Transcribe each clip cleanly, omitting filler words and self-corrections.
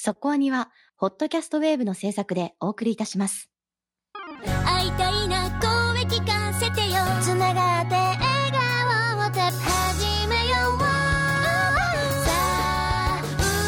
そこアニはホットキャストウェーブの制作でお送りいたします。 会いたいな、声聞かせてよ。つながって笑顔を始めよう。さあ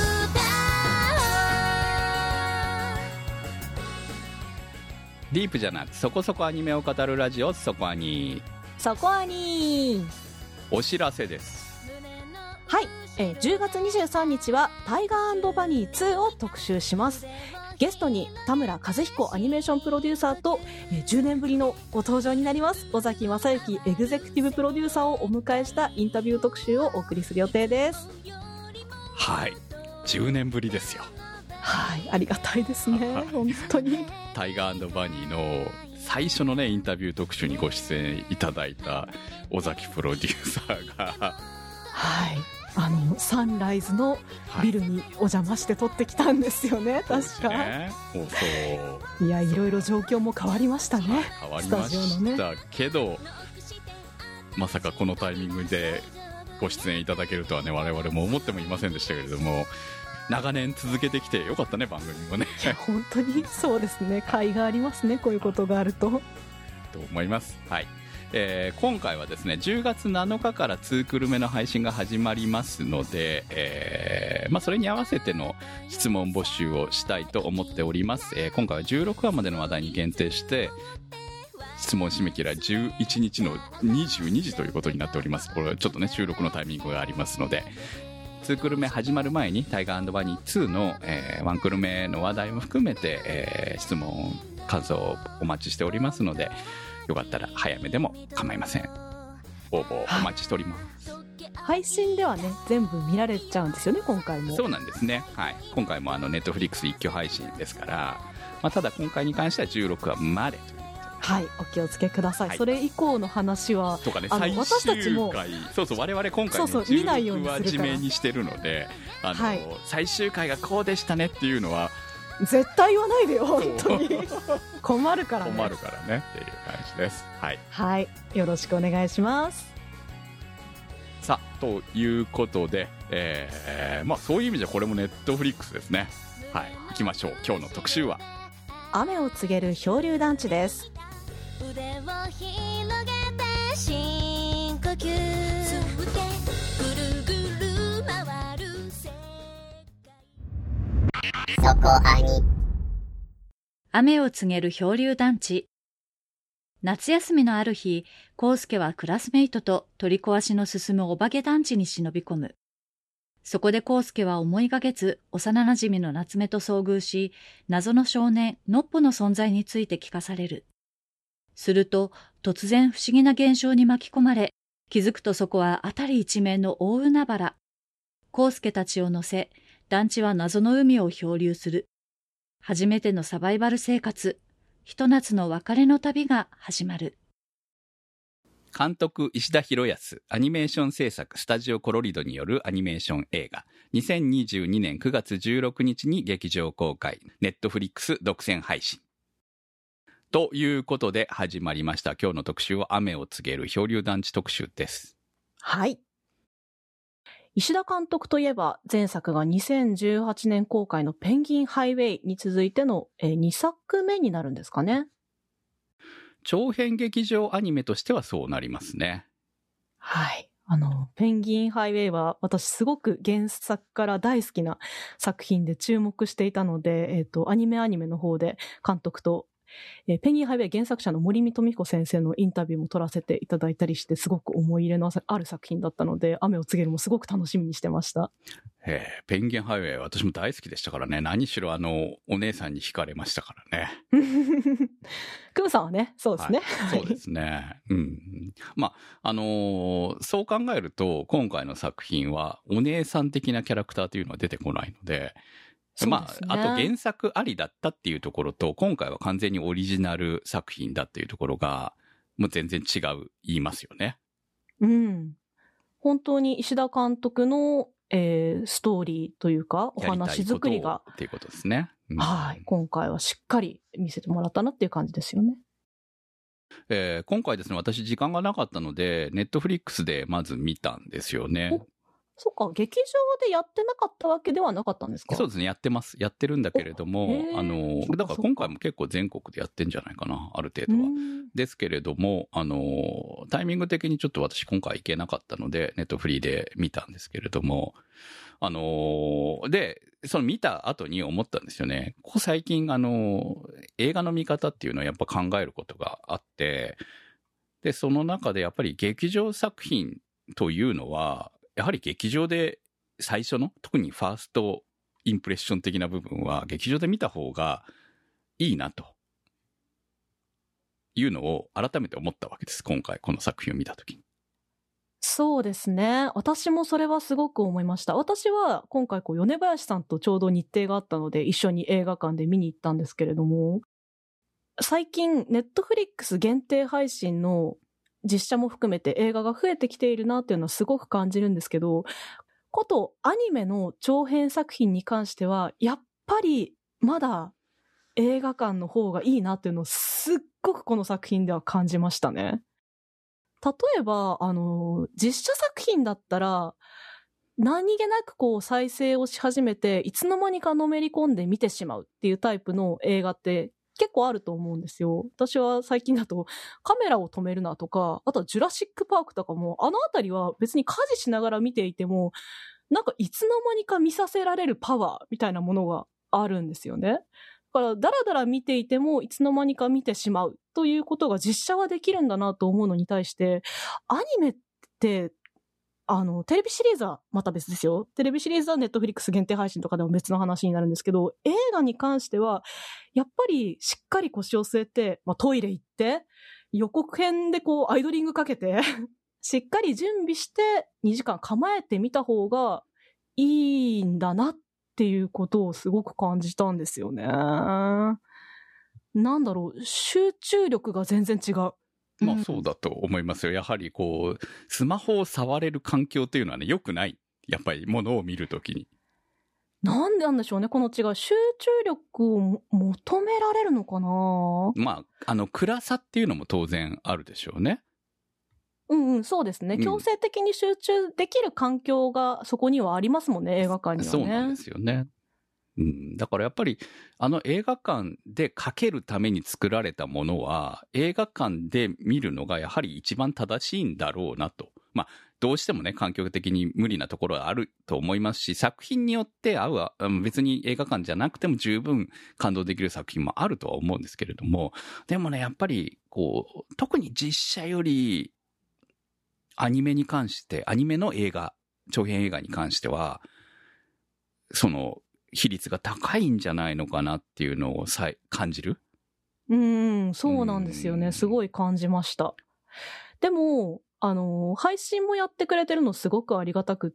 歌おう。ディープじゃなくそこそこアニメを語るラジオ、そこアニ。 そこアニ。 お知らせです。 はい、10月23日はタイガー&バニー2を特集します。ゲストに田村和彦アニメーションプロデューサーと、10年ぶりのご登場になります尾崎正幸エグゼクティブプロデューサーをお迎えしたインタビュー特集をお送りする予定です。 はい、10年ぶりですよ。 はい、ありがたいですね本当に。 タイガー&バニーの最初のねインタビュー特集にご出演いただいた尾崎プロデューサーがはい、サンライズのビルにお邪魔して撮ってきたんですよね、はい、確か。そういや、いろいろ状況も変わりましたね。 変わりましたけど、ね、まさかこのタイミングでご出演いただけるとはね我々も思ってもいませんでしたけれども、長年続けてきてよかったね、番組もね。 いや本当にそうですね、甲斐がありますね、こういうことがあると思います。はい、今回はですね10月7日から2クルメの配信が始まりますので、それに合わせての質問募集をしたいと思っております。今回は16話までの話題に限定して質問締め切りは11日の22時ということになっております。これはちょっとね収録のタイミングがありますので、2クルメ始まる前にタイガー&バニー2の、1クルメの話題も含めて、質問感想をお待ちしておりますので、よかったら早めでも構いません。応募お待ちしております。 配信ではね全部見られちゃうんですよね、今回も。 そうなんですね、はい、今回もネットフリックス一挙配信ですから、ただ今回に関しては16話までという。 はい、お気をつけください、はい、それ以降の話はとかね、 私たちもそう我々今回の16話締めにしてるので、はい、最終回がこうでしたねっていうのは絶対言わないでよ本当に困るからねっていう感じです。はい、はい、 よろしくお願いします。 さあということで、そういう意味じゃこれもネットフリックスですね。はい、行きましょう。今日の特集は雨を告げる漂流団地です。 腕を広げて深呼吸吸ってぐるぐる回る世界。そこアニ。 雨を告げる漂流団地。夏休みのある日、康介はクラスメイトと取り壊しの進むお化け団地に忍び込む。そこで康介は思いがけず幼馴染の夏目と遭遇し、謎の少年ノッポの存在について聞かされる。すると突然不思議な現象に巻き込まれ、気づくとそこは辺り一面の大海原。康介たちを乗せ、団地は謎の海を漂流する。初めてのサバイバル生活、ひと夏の別れの旅が始まる。 監督石田博康、アニメーション制作スタジオコロリドによるアニメーション映画、2022年9月16日に劇場公開、ネットフリックス独占配信ということで始まりました。今日の特集は雨を告げる漂流団地特集です。 はい、石田監督といえば前作が2018年公開のペンギンハイウェイに続いての2作目になるんですかね。 長編劇場アニメとしてはそうなりますね。 はい。ペンギンハイウェイは私すごく原作から大好きな作品で注目していたので、アニメの方で監督と、ペンギンハイウェイ原作者の森見富彦先生のインタビューも撮らせていただいたりして、すごく思い入れのある作品だったので、雨を告げるもすごく楽しみにしてました。 ペンギンハイウェイ私も大好きでしたからね。何しろお姉さんに惹かれましたからね。 クムさんはね、そうですね。 はい、そうですね。うん。そう考えると、今回の作品はお姉さん的なキャラクターというのは出てこないので、あと原作ありだったっていうところと、今回は完全にオリジナル作品だっていうところが、もう全然違う言いますよね。 うん。本当に石田監督の、ストーリーというか、お話作りが。 っていうことですね。 はい。今回はしっかり見せてもらったなっていう感じですよね。 今回ですね、私時間がなかったので、ネットフリックスでまず見たんですよね。 そっか、劇場でやってなかったわけではなかったんですか？ そうですね、やってます。やってるんだけれども、だから今回も結構全国でやってんじゃないかな、ある程度は。ですけれども、タイミング的にちょっと私今回行けなかったので、ネットフリーで見たんですけれども、で、その見た後に思ったんですよね。ここ最近、映画の見方っていうのはやっぱ考えることがあって、で、その中でやっぱり劇場作品というのは、やはり劇場で最初の、特にファーストインプレッション的な部分は劇場で見た方がいいなというのを改めて思ったわけです。今回この作品を見たときに。 そうですね。私もそれはすごく思いました。私は今回米林さんとちょうど日程があったので一緒に映画館で見に行ったんですけれども、最近ネットフリックス限定配信の実写も含めて映画が増えてきているなっていうのはすごく感じるんですけど、ことアニメの長編作品に関してはやっぱりまだ映画館の方がいいなっていうのをすっごくこの作品では感じましたね。例えば実写作品だったら何気なく再生をし始めていつの間にかのめり込んで見てしまうっていうタイプの映画って結構あると思うんですよ。私は最近だとカメラを止めるなとか、あとはジュラシックパークとかもあのあたりは別に家事しながら見ていてもなんかいつの間にか見させられるパワーみたいなものがあるんですよね。だからだらだら見ていてもいつの間にか見てしまうということが実写はできるんだなと思うのに対してアニメってテレビシリーズはまた別ですよ。テレビシリーズはネットフリックス限定配信とかでも別の話になるんですけど、映画に関してはやっぱりしっかり腰を据えて、トイレ行って予告編でアイドリングかけてしっかり準備して2時間構えてみた方がいいんだなっていうことをすごく感じたんですよね。なんだろう、集中力が全然違う。 まあそうだと思いますよ。やはりスマホを触れる環境っていうのはね、良くない。やっぱり物を見るときに。 なんでなんでしょうね、この違い。集中力を求められるのかな。 まあ、暗さっていうのも当然あるでしょうね。 そうですね。強制的に集中できる環境がそこにはありますもんね、映画館にはね。 そうなんですよね。だからやっぱり映画館でかけるために作られたものは映画館で見るのがやはり一番正しいんだろうなと。まあどうしてもね環境的に無理なところはあると思いますし、作品によって別に映画館じゃなくても十分感動できる作品もあるとは思うんですけれども、でもねやっぱり特に実写よりアニメに関してアニメの映画長編映画に関しては比率が高いんじゃないのかなっていうのを感じる。 そうなんですよね。すごい感じました。でも、配信もやってくれてるのすごくありがたくって、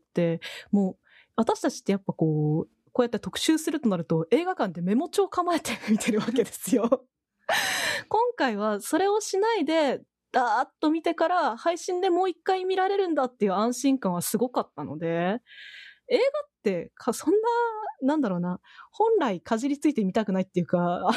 もう、私たちってやっぱこうやって特集するとなると、映画館でメモ帳構えて見てるわけですよ。今回はそれをしないで、ダーッと見てから配信でもう一回見られるんだっていう安心感はすごかったので、映画ってそんななんだろうな、本来かじりついてみたくないっていうかまあ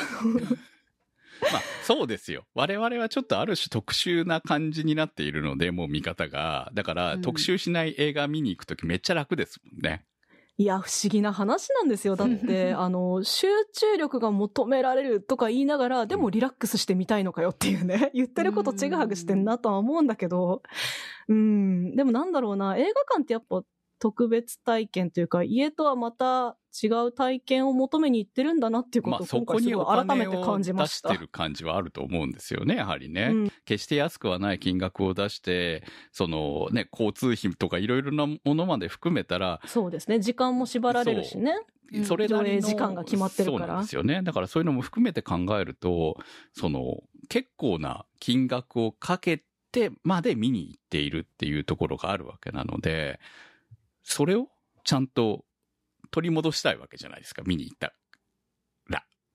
そうですよ。我々はちょっとある種特殊な感じになっているので、もう見方がだから特集しない映画見に行くときめっちゃ楽ですもんね。 いや不思議な話なんですよ。だって集中力が求められるとか言いながらでもリラックスしてみたいのかよっていうね、言ってることちぐはぐしてんなとは思うんだけど、でもなんだろうな、映画館ってやっぱ特別体験というか家とはまた違う体験を求めに行ってるんだなっていうことを今回すごい改めて感じました。 そこにお金を出してる感じはあると思うんですよね、やはりね。決して安くはない金額を出して交通費とかいろいろなものまで含めたら、 そうですね、時間も縛られるしね、それなりの上映時間が決まってるから。 そうなんですよね。だからそういうのも含めて考えると結構な金額をかけてまで見に行っているっていうところがあるわけなので、それをちゃんと取り戻したいわけじゃないですか、見に行ったら。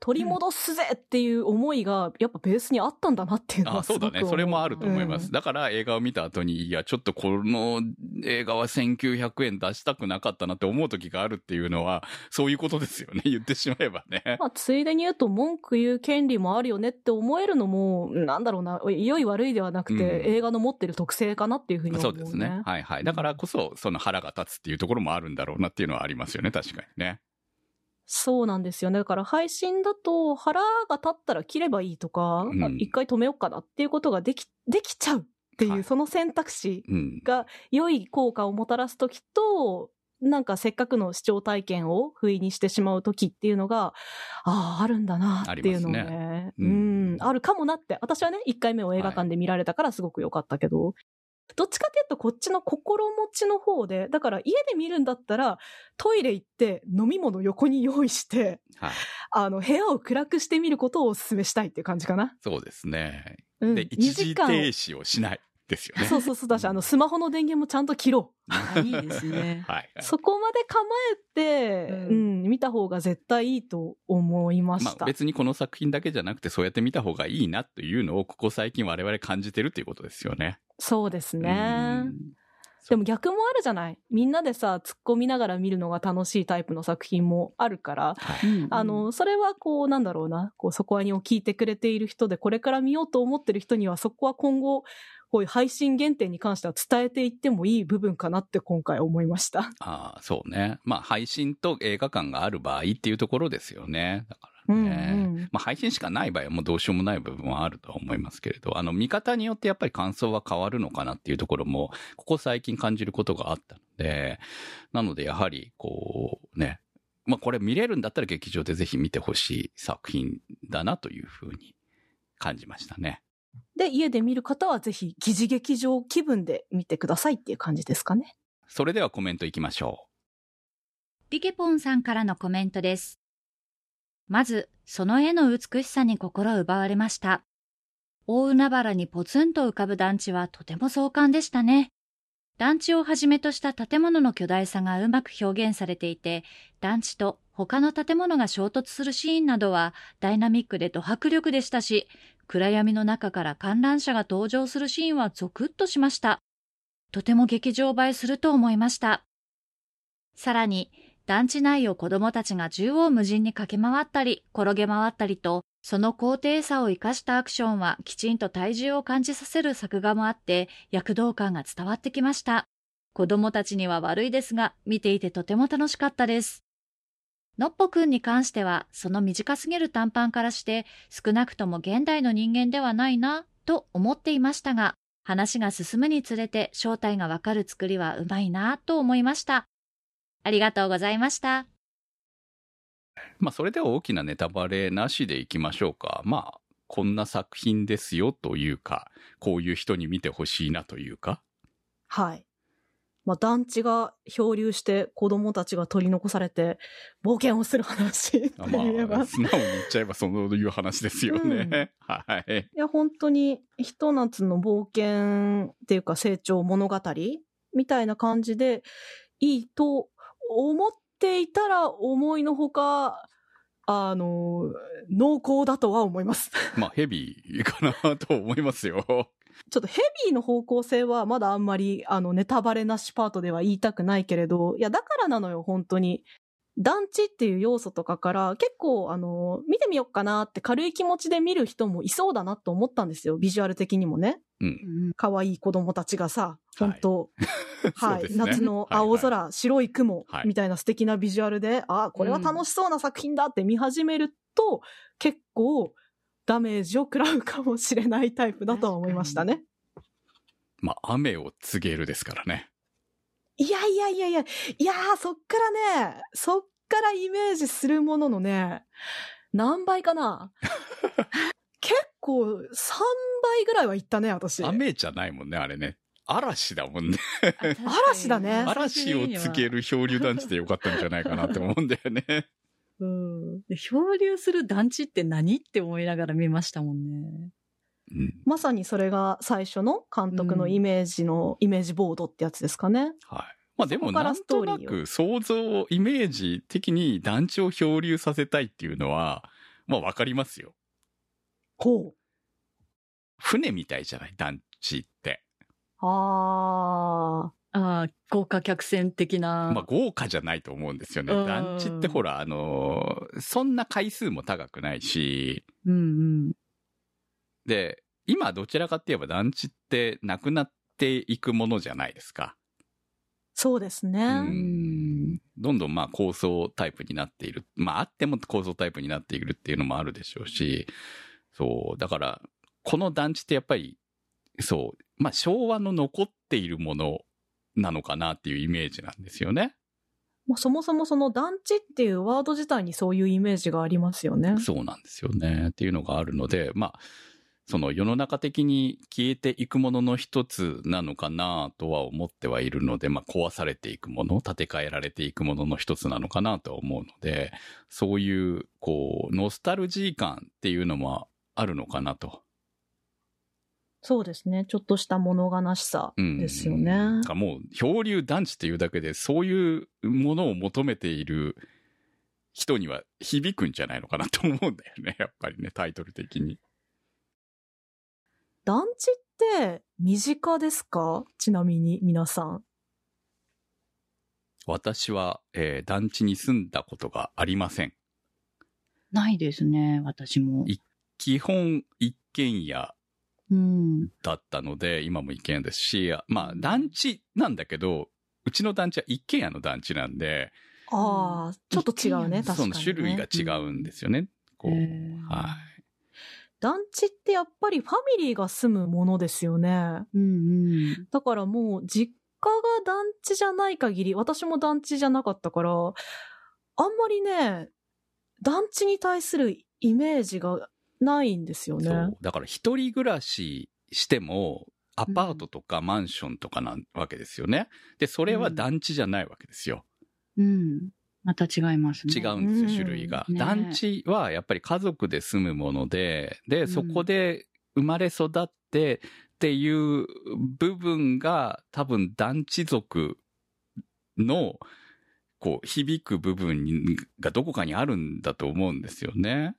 取り戻すぜっていう思いがやっぱベースにあったんだなっていうのはすごく思う。 そうだね。それもあると思います。 うん、 だから映画を見た後に、いや、ちょっとこの映画は1900円出したくなかったなって思う時があるっていうのは、そういうことですよね。言ってしまえばね。 まあ、ついでに言うと文句言う権利もあるよねって思えるのも、なんだろうな、良い悪いではなくて、映画の持ってる特性かなっていうふうに思うね。 そうですね。はいはい。だからこそ、その腹が立つっていうところもあるんだろうなっていうのはありますよね。確かにね。 そうなんですよね。だから配信だと腹が立ったら切ればいいとか、一回止めようかなっていうことができちゃうっていう、はい、その選択肢が良い効果をもたらすときと、なんかせっかくの視聴体験を不意にしてしまうときっていうのが、あるんだなっていうのをね、あるかもなって、私はね、1回目を映画館で見られたからすごく良かったけど、はい、どっちかっていうとこっちの心持ちの方で、だから家で見るんだったらトイレ行って飲み物横に用意して、はい、部屋を暗くしてみることをお勧めしたいっていう感じかな。 そうですね。で、一時停止をしない。ですよね。 そうだし、スマホの電源もちゃんと切ろう。いいですね。 はい。 そこまで構えて、見た方が絶対いいと思いました。 まあ別にこの作品だけじゃなくて、そうやって見た方がいいなというのを、ここ最近我々感じてるということですよね。 そうですね。でも逆もあるじゃない。みんなでさ、突っ込みながら見るのが楽しいタイプの作品もあるから、はい、それはこう、なんだろうな、こう、そこはにを聞いてくれている人で、これから見ようと思ってる人には、そこは今後、こういう配信限定に関しては伝えていってもいい部分かなって今回思いました。 ああ、そうね。まあ配信と映画館がある場合っていうところですよね。だからね。まあ配信しかない場合はもうどうしようもない部分はあるとは思いますけれど、見方によってやっぱり感想は変わるのかなっていうところも、ここ最近感じることがあったので、なのでやはりこうね、まあこれ見れるんだったら劇場でぜひ見てほしい作品だなというふうに感じましたね。 で、家で見る方はぜひ疑似劇場気分で見てくださいっていう感じですかね。 それではコメントいきましょう。リケポンさんからのコメントです。まず、その絵の美しさに心奪われました。大海原にポツンと浮かぶ団地はとても壮観でしたね。団地をはじめとした建物の巨大さがうまく表現されていて、団地と他の建物が衝突するシーンなどはダイナミックでド迫力でしたし、暗闇の中から観覧車が登場するシーンはゾクッとしました。とても劇場映えすると思いました。さらに、団地内を子供たちが縦横無尽に駆け回ったり、転げ回ったりと、その高低差を生かしたアクションはきちんと体重を感じさせる作画もあって、躍動感が伝わってきました。子供たちには悪いですが、見ていてとても楽しかったです。のっぽくんに関しては、その短すぎる短パンからして、少なくとも現代の人間ではないな、と思っていましたが、話が進むにつれて正体がわかる作りはうまいな、と思いました。ありがとうございました。 まあ、それでは大きなネタバレなしでいきましょうか。まあ、こんな作品ですよというか、こういう人に見てほしいなというか。 はい。まあ、団地が漂流して子供たちが取り残されて冒険をする話って言えば、 まあ、素直に言っちゃえばそういう話ですよね。はい。 いや、本当にひと夏の冒険っていうか成長物語みたいな感じでいいと思っていたら思いのほか、濃厚だとは思います。 まあ、ヘビーかなと思いますよ。 ちょっとヘビーの方向性はまだあんまりネタバレなしパートでは言いたくないけれど、いやだからなのよ本当に。団地っていう要素とかから結構見てみようかなって軽い気持ちで見る人もいそうだなと思ったんですよ、ビジュアル的にもね。可愛い子供たちがさ、本当、はい、ね、夏の青空、はいはい、白い雲みたいな素敵なビジュアルで、これは楽しそうな作品だって見始めると、結構ダメージを食らうかもしれないタイプだとは思いましたね。 まあ、雨を告げるですからね。 いや、そっからイメージするもののね、何倍かな結構3倍ぐらいはいったね、私。 雨じゃないもんね、あれね。嵐だもんね。 嵐だね。 嵐を告げる漂流団地でよかったんじゃないかなって思うんだよね。 漂流する団地って何って思いながら見ましたもんね。 まさにそれが最初の監督のイメージボードってやつですかね。 はい。まあでもなんとなく想像、イメージ的に団地を漂流させたいっていうのは、 まあわかりますよ。 ほう。 船みたいじゃない、団地って。 あああ、豪華客船的な。 まあ豪華じゃないと思うんですよね。団地ってほら、そんな回数も高くないし、 うんうん。 で、今どちらかって言えば団地ってなくなっていくものじゃないですか。 そうですね。 どんどんまあ高層タイプになっている。まああっても高層タイプになっているっていうのもあるでしょうし、そう、だから、この団地ってやっぱり、そう、まあ昭和の残っているものなのかなっていうイメージなんですよね。 まあ、そもそもその団地っていうワード自体にそういうイメージがありますよね。 そうなんですよね。っていうのがあるので、まあ、その世の中的に消えていくものの一つなのかなとは思ってはいるので、まあ壊されていくもの、建て替えられていくものの一つなのかなとは思うので、そういうこうノスタルジー感っていうのもあるのかなと。 そうですね。ちょっとした物悲しさですよね。 もう漂流団地っていうだけでそういうものを求めている人には響くんじゃないのかなと思うんだよね。やっぱりね、タイトル的に。 団地って身近ですか？ちなみに皆さん。 私は、団地に住んだことがありません。 ないですね、私も。 基本一軒家だったので、今も一軒家ですし、まあ団地なんだけど、うちの団地は一軒家の団地なんで、 ああ、ちょっと違うね、確かにね。 その種類が違うんですよね。こう、はい。 団地ってやっぱりファミリーが住むものですよね。だからもう実家が団地じゃない限り、私も団地じゃなかったから、あんまりね、団地に対するイメージがないんですよね。そう。 だから一人暮らししても、アパートとかマンションとかなわけですよね。で、それは団地じゃないわけですよ。 また違いますね。 違うんですよ、種類が。団地はやっぱり家族で住むもので、そこで生まれ育ってっていう部分が多分団地族のこう響く部分がどこかにあるんだと思うんですよね。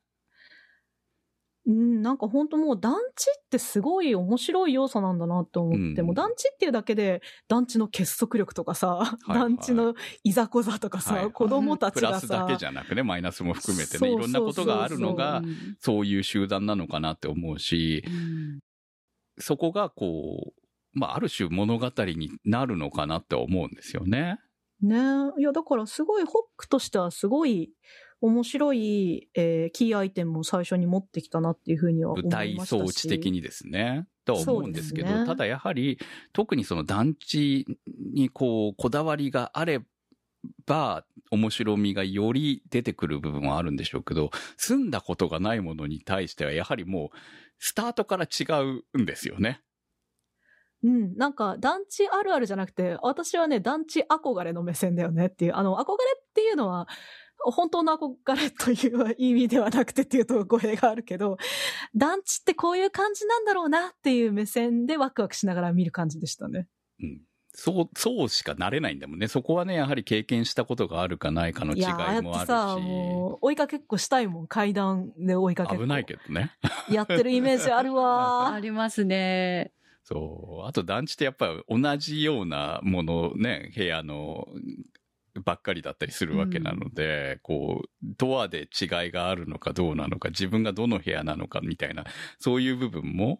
なんか本当もう団地ってすごい面白い要素なんだなと思って、もう団地っていうだけで団地の結束力とかさ、団地のいざこざとかさ、子供たちがさ。 プラスだけじゃなくね、マイナスも含めてね、いろんなことがあるのが、そういう集団なのかなって思うし、そこがこう、まあある種物語になるのかなって思うんですよね。 ねえ。いやだからすごいホックとしてはすごい、面白い、キーアイテムを最初に持ってきたなっていうふうには思いましたし。 舞台装置的にですね。とは思うんですけど、ただやはり、特にその団地にこだわりがあれば、面白みがより出てくる部分はあるんでしょうけど、住んだことがないものに対しては、やはりもう、スタートから違うんですよね。 なんか団地あるあるじゃなくて、私はね、団地憧れの目線だよねっていう、憧れっていうのは、本当の憧れという意味ではなくてっていうと語弊があるけど、団地ってこういう感じなんだろうなっていう目線でワクワクしながら見る感じでしたね。 そうしかなれないんだもんね。そこはね、やはり経験したことがあるかないかの違いもあるし。 あってさ、もう追いかけっこしたいもん。階段で追いかけっこ。 危ないけどね。 やってるイメージあるわ。 ありますね。 そう。あと団地ってやっぱり同じようなものね、部屋のばっかりだったりするわけなので、ドアで違いがあるのかどうなのか、自分がどの部屋なのかみたいな、そういう部分も、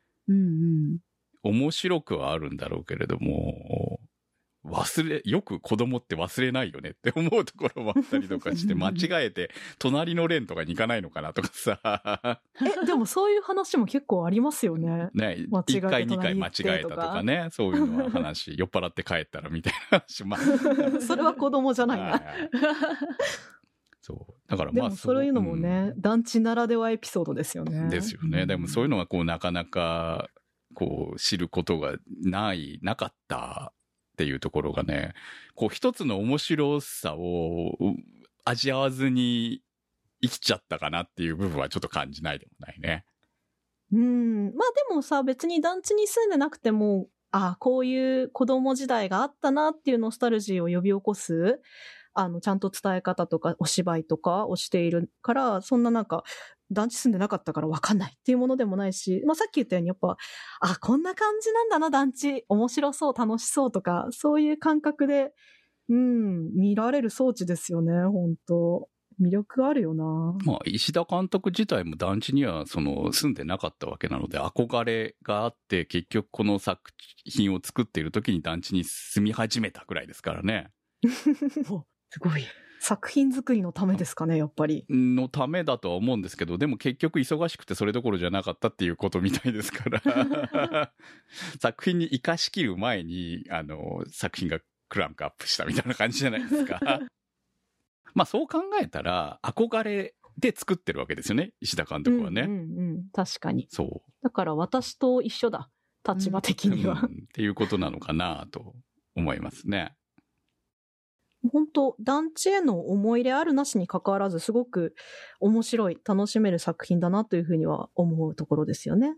面白くはあるんだろうけれども、よく子供って忘れないよねって思うところもあったりとかして、間違えて隣のレーンとかに行かないのかなとかさ。 でもそういう話も結構ありますよね。 ね、1回2回間違えたとかね、そういうのは話、酔っ払って帰ったらみたいな話。 それは子供じゃないな。 そう。だからでもそういうのもね、団地ならではエピソードですよね。 ですよね。でもそういうのはなかなか、知ることがなかったっていうところがね、一つの面白さを味わわずに生きちゃったかなっていう部分はちょっと感じないでもないね。 まあでもさ、別に団地に住んでなくても、こういう子供時代があったなっていうノスタルジーを呼び起こす、 ちゃんと伝え方とかお芝居とかをしているから、そんななんか、団地住んでなかったから分かんないっていうものでもないし、さっき言ったようにやっぱ、こんな感じなんだな、団地。面白そう、楽しそうとか、そういう感覚で、見られる装置ですよね、本当魅力あるよな。 石田監督自体も団地には住んでなかったわけなので、憧れがあって、結局この作品を作っている時に団地に住み始めたくらいですからね。 すごい。作品作りのためですかね、やっぱり。 のためだとは思うんですけど、でも結局忙しくてそれどころじゃなかったっていうことみたいですから作品に生かしきる前に作品がクランクアップしたみたいな感じじゃないですかそう考えたら憧れで作ってるわけですよね、石田監督はね。 確かに。 そう。 だから私と一緒だ、立場的には。 っていうことなのかなと思いますね。 本当団地への思い入れあるなしに関わらずすごく面白い、楽しめる作品だなというふうには思うところですよね。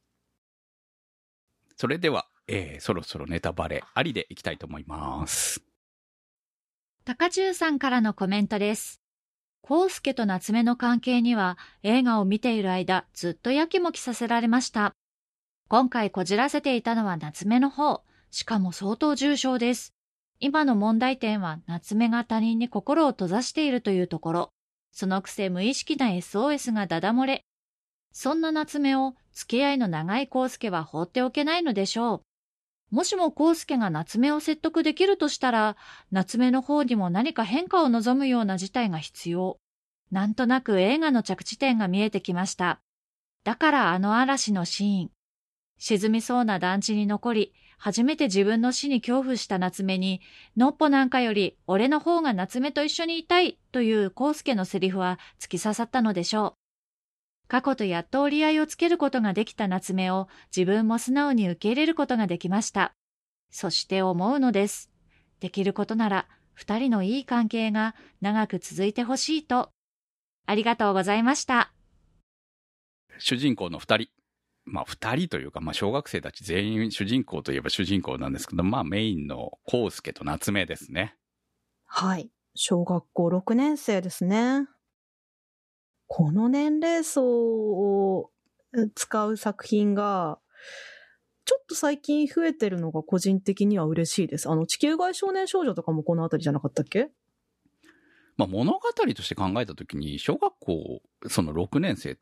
それでは、そろそろネタバレありでいきたいと思います。 高中さんからのコメントです。康介と夏目の関係には映画を見ている間ずっとやきもきさせられました。今回こじらせていたのは夏目の方、しかも相当重症です。今の問題点は夏目が他人に心を閉ざしているというところ。そのくせ無意識な SOS がダダ漏れ。そんな夏目を付き合いの長い康介は放っておけないのでしょう。もしも康介が夏目を説得できるとしたら、夏目の方にも何か変化を望むような事態が必要。なんとなく映画の着地点が見えてきました。だから嵐のシーン。沈みそうな団地に残り、初めて自分の死に恐怖した夏目に、のっぽなんかより俺の方が夏目と一緒にいたいという康介のセリフは突き刺さったのでしょう。過去とやっと折り合いをつけることができた夏目を自分も素直に受け入れることができました。そして思うのです。できることなら二人のいい関係が長く続いてほしいと。ありがとうございました。 主人公の二人。二人というか、小学生たち全員主人公といえば主人公なんですけど、メインの康介と夏目ですね。 はい。小学校6年生ですね。この年齢層を使う作品が、ちょっと最近増えてるのが個人的には嬉しいです。地球外少年少女とかもこのあたりじゃなかったっけ？ 物語として考えたときに、小学校その6年生って、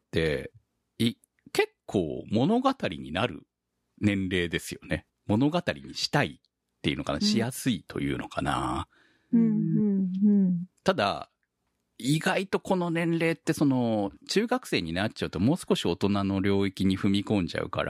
結構物語になる年齢ですよね。物語にしたいっていうのかな、しやすいというのかな。ただ、意外とこの年齢って中学生になっちゃうともう少し大人の領域に踏み込んじゃうから、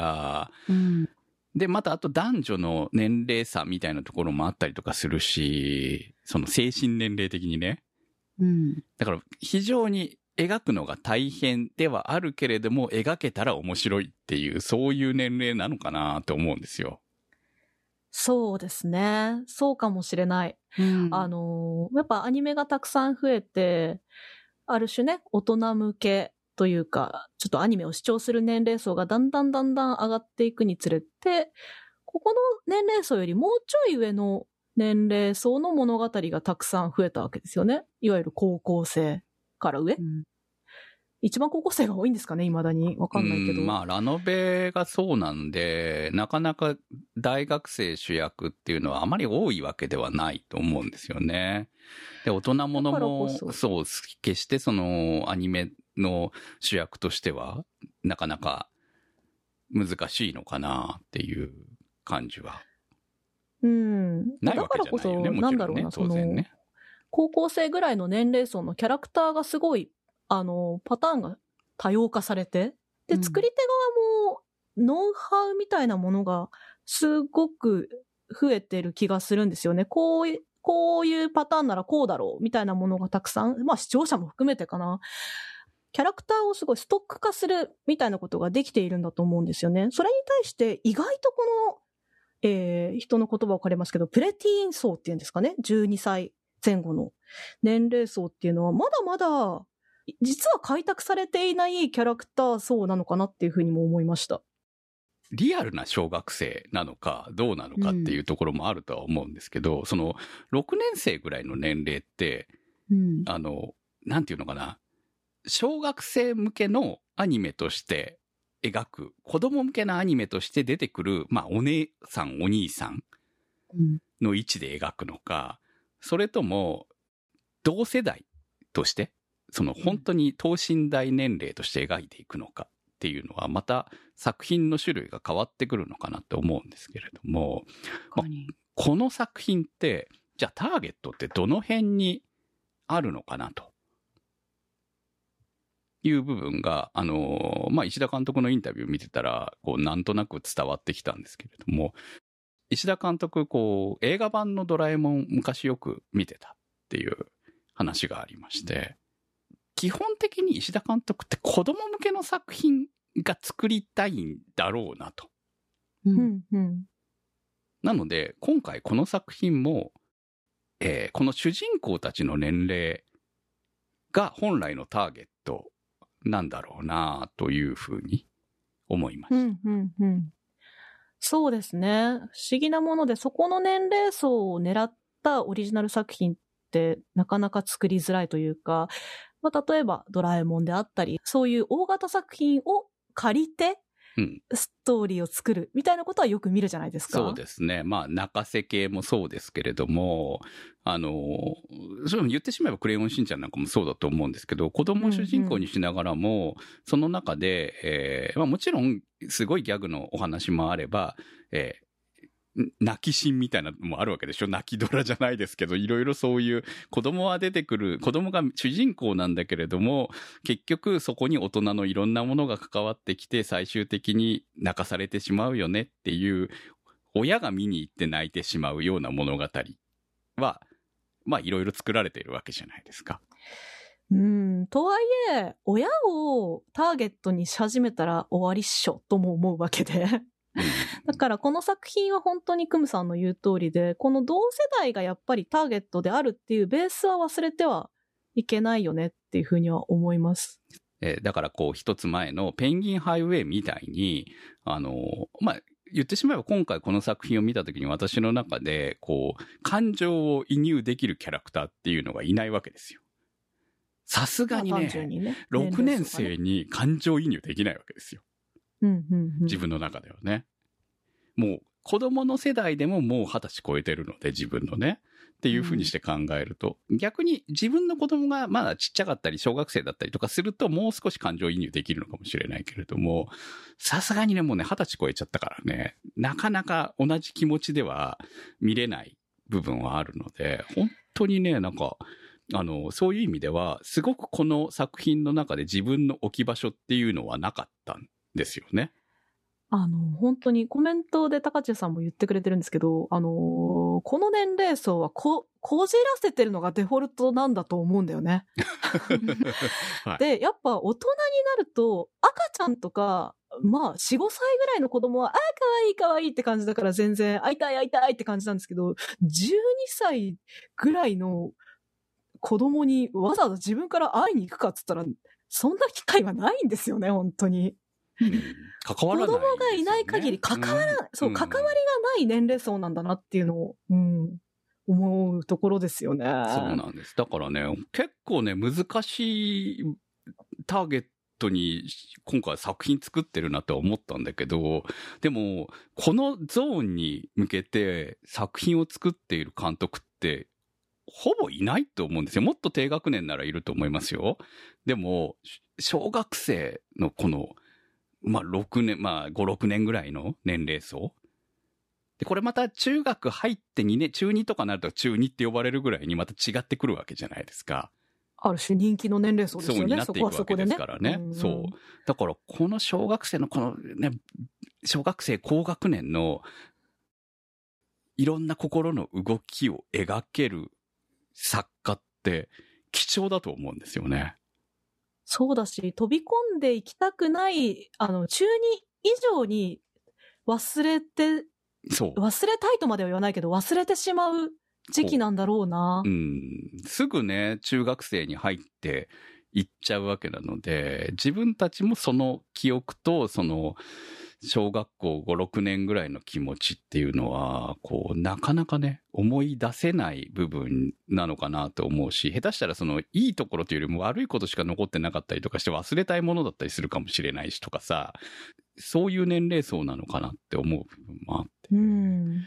で、またあと男女の年齢差みたいなところもあったりとかするし、精神年齢的にね。だから非常に描くのが大変ではあるけれども、描けたら面白いっていう、そういう年齢なのかなと思うんですよ。 そうですね。そうかもしれない。やっぱアニメがたくさん増えて、ある種ね、大人向けというか、ちょっとアニメを視聴する年齢層がだんだん上がっていくにつれて、ここの年齢層よりもうちょい上の年齢層の物語がたくさん増えたわけですよね。いわゆる高校生から上、一番高校生が多いんですかね、未だに。わかんないけど。 ラノベがそうなんで、なかなか大学生主役っていうのはあまり多いわけではないと思うんですよね。で、大人ものも、そう、決してアニメの主役としては、なかなか難しいのかなっていう感じは。ないわけじゃないよね、もちろんね、当然ね。 高校生ぐらいの年齢層のキャラクターがすごい、パターンが多様化されて、で、作り手側もノウハウみたいなものがすごく増えてる気がするんですよね。こういうパターンならこうだろうみたいなものがたくさん、視聴者も含めてかな。キャラクターをすごいストック化するみたいなことができているんだと思うんですよね。それに対して意外とこの、人の言葉を借りますけど、プレティーン層っていうんですかね。12歳前後の年齢層っていうのはまだまだ実は開拓されていないキャラクター層なのかなっていうふうにも思いました。 リアルな小学生なのかどうなのかっていうところもあるとは思うんですけど、その6年生ぐらいの年齢って、なんていうのかな、小学生向けのアニメとして描く、子供向けのアニメとして出てくる、まあお姉さんお兄さんの位置で描くのか、それとも同世代として、その本当に等身大年齢として描いていくのかっていうのは、また作品の種類が変わってくるのかなって思うんですけれども、この作品って、じゃあターゲットってどの辺にあるのかなという部分が、まあ、石田監督のインタビュー見てたら、こう、なんとなく伝わってきたんですけれども、石田監督、こう、映画版のドラえもん昔よく見てたっていう話がありまして、基本的に石田監督って子供向けの作品が作りたいんだろうなと。なので、今回この作品も、この主人公たちの年齢が本来のターゲットなんだろうなというふうに思います。 そうですね。不思議なもので、そこの年齢層を狙ったオリジナル作品ってなかなか作りづらいというか、まあ、例えばドラえもんであったり、そういう大型作品を借りて、ストーリーを作るみたいなことはよく見るじゃないですか。 そうですね。まあ、泣かせ系もそうですけれども、それも言ってしまえばクレヨンしんちゃんなんかもそうだと思うんですけど、子供を主人公にしながらも、その中で、まあもちろんすごいギャグのお話もあれば、泣きシーンみたいなのもあるわけでしょ。泣きドラじゃないですけど、いろいろそういう子供は出てくる、子供が主人公なんだけれども、結局そこに大人のいろんなものが関わってきて、最終的に泣かされてしまうよねっていう、親が見に行って泣いてしまうような物語は、まあいろいろ作られているわけじゃないですか。 とはいえ、親をターゲットにし始めたら終わりっしょとも思うわけで。だからこの作品は本当にクムさんの言う通りで、この同世代がやっぱりターゲットであるっていうベースは忘れてはいけないよねっていうふうには思います。 だからこう一つ前のペンギンハイウェイみたいに、まあ、言ってしまえば今回この作品を見たときに私の中で、こう、感情を移入できるキャラクターっていうのがいないわけですよ。さすがにね、6年生に感情移入できないわけですよ。自分の中ではね。もう子供の世代でももう20歳超えてるので、自分のね。っていうふうにして考えると、逆に自分の子供がまだちっちゃかったり小学生だったりとかするともう少し感情移入できるのかもしれないけれども、さすがにね、もうね、20歳超えちゃったからね、なかなか同じ気持ちでは見れない部分はあるので、本当にね、なんか、そういう意味では、すごくこの作品の中で自分の置き場所っていうのはなかったんですよね。 本当にコメントで高知さんも言ってくれてるんですけど、この年齢層はこじらせてるのがデフォルトなんだと思うんだよね。はい、で、やっぱ大人になると、赤ちゃんとか、まあ、4、5歳ぐらいの子供は、可愛い可愛いって感じだから全然、会いたいって感じなんですけど、12歳ぐらいの子供にわざわざ自分から会いに行くかっつったら、そんな機会はないんですよね、本当に。 関わらない、ね、 子供がいない限り関わりがない年齢層なんだなっていうのを、思うところですよね。 そうなんです。だからね、結構ね、難しいターゲットに今回作品作ってるなと思ったんだけど、でも、このゾーンに向けて作品を作っている監督って、ほぼいないと思うんですよ。もっと低学年ならいると思いますよ。でも、小学生のこの、まあ、5、6年ぐらいの年齢層。で、これまた中学入って2年、中2とかなると中2って呼ばれるぐらいにまた違ってくるわけじじゃないですか。 ある種人気の年齢層ですよね。 そうになっていくわけですからね。そう。だからこの小学生のこのね、小学生高学年のいろんな心の動きを描ける作家って貴重だと思うんですよね。 そうだし、飛び込んでいきたくない、中2以上に忘れたいとまでは言わないけど、忘れてしまう時期なんだろうな。 すぐね、中学生に入っていっちゃうわけなので、自分たちもその記憶と、その、 小学校5、6年ぐらいの気持ちっていうのは、こう、なかなかね、思い出せない部分なのかなと思うし、下手したらその、いいところというよりも悪いことしか残ってなかったりとかして忘れたいものだったりするかもしれないしとかさ、そういう年齢層なのかなって思う部分もあって。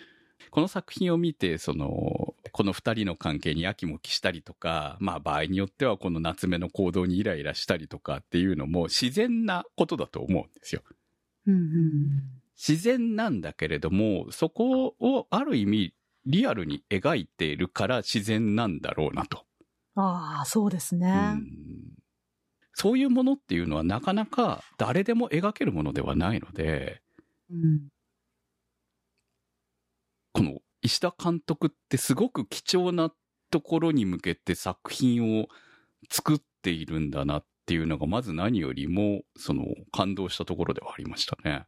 この作品を見て、この二人の関係にやきもきしたりとか、まあ場合によってはこの夏目の行動にイライラしたりとかっていうのも自然なことだと思うんですよ。自然なんだけれども、そこをある意味リアルに描いているから自然なんだろうなと。 ああ、そうですね。 そういうものっていうのはなかなか誰でも描けるものではないので、この石田監督ってすごく貴重なところに向けて作品を作っているんだなっていうのがまず何よりも感動したところではありましたね。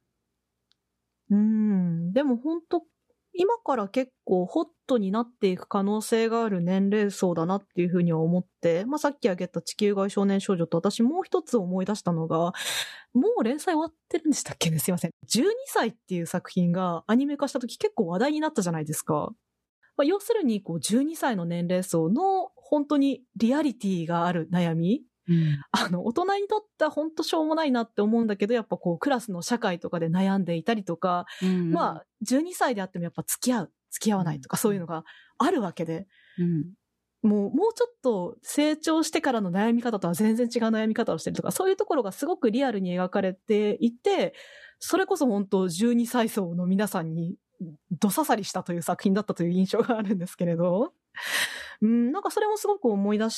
でも本当今から結構ホットになっていく可能性がある年齢層だなっていうふうには思って、さっき挙げた地球外少年少女と私もう一つ思い出したのが、もう連載終わってるんでしたっけね、すいません。12歳っていう作品がアニメ化した時結構話題になったじゃないですか。要するに12歳の年齢層の本当にリアリティがある悩み、大人にとっては本当しょうもないなって思うんだけど、やっぱクラスの社会とかで悩んでいたりとか、12歳であってもやっぱ付き合う、付き合わないとかそういうのがあるわけで、もうちょっと成長してからの悩み方とは全然違う悩み方をしてるとか、そういうところがすごくリアルに描かれていて、それこそ本当12歳層の皆さんにど刺さりしたという作品だったという印象があるんですけれど、なんかそれもすごく思い出して、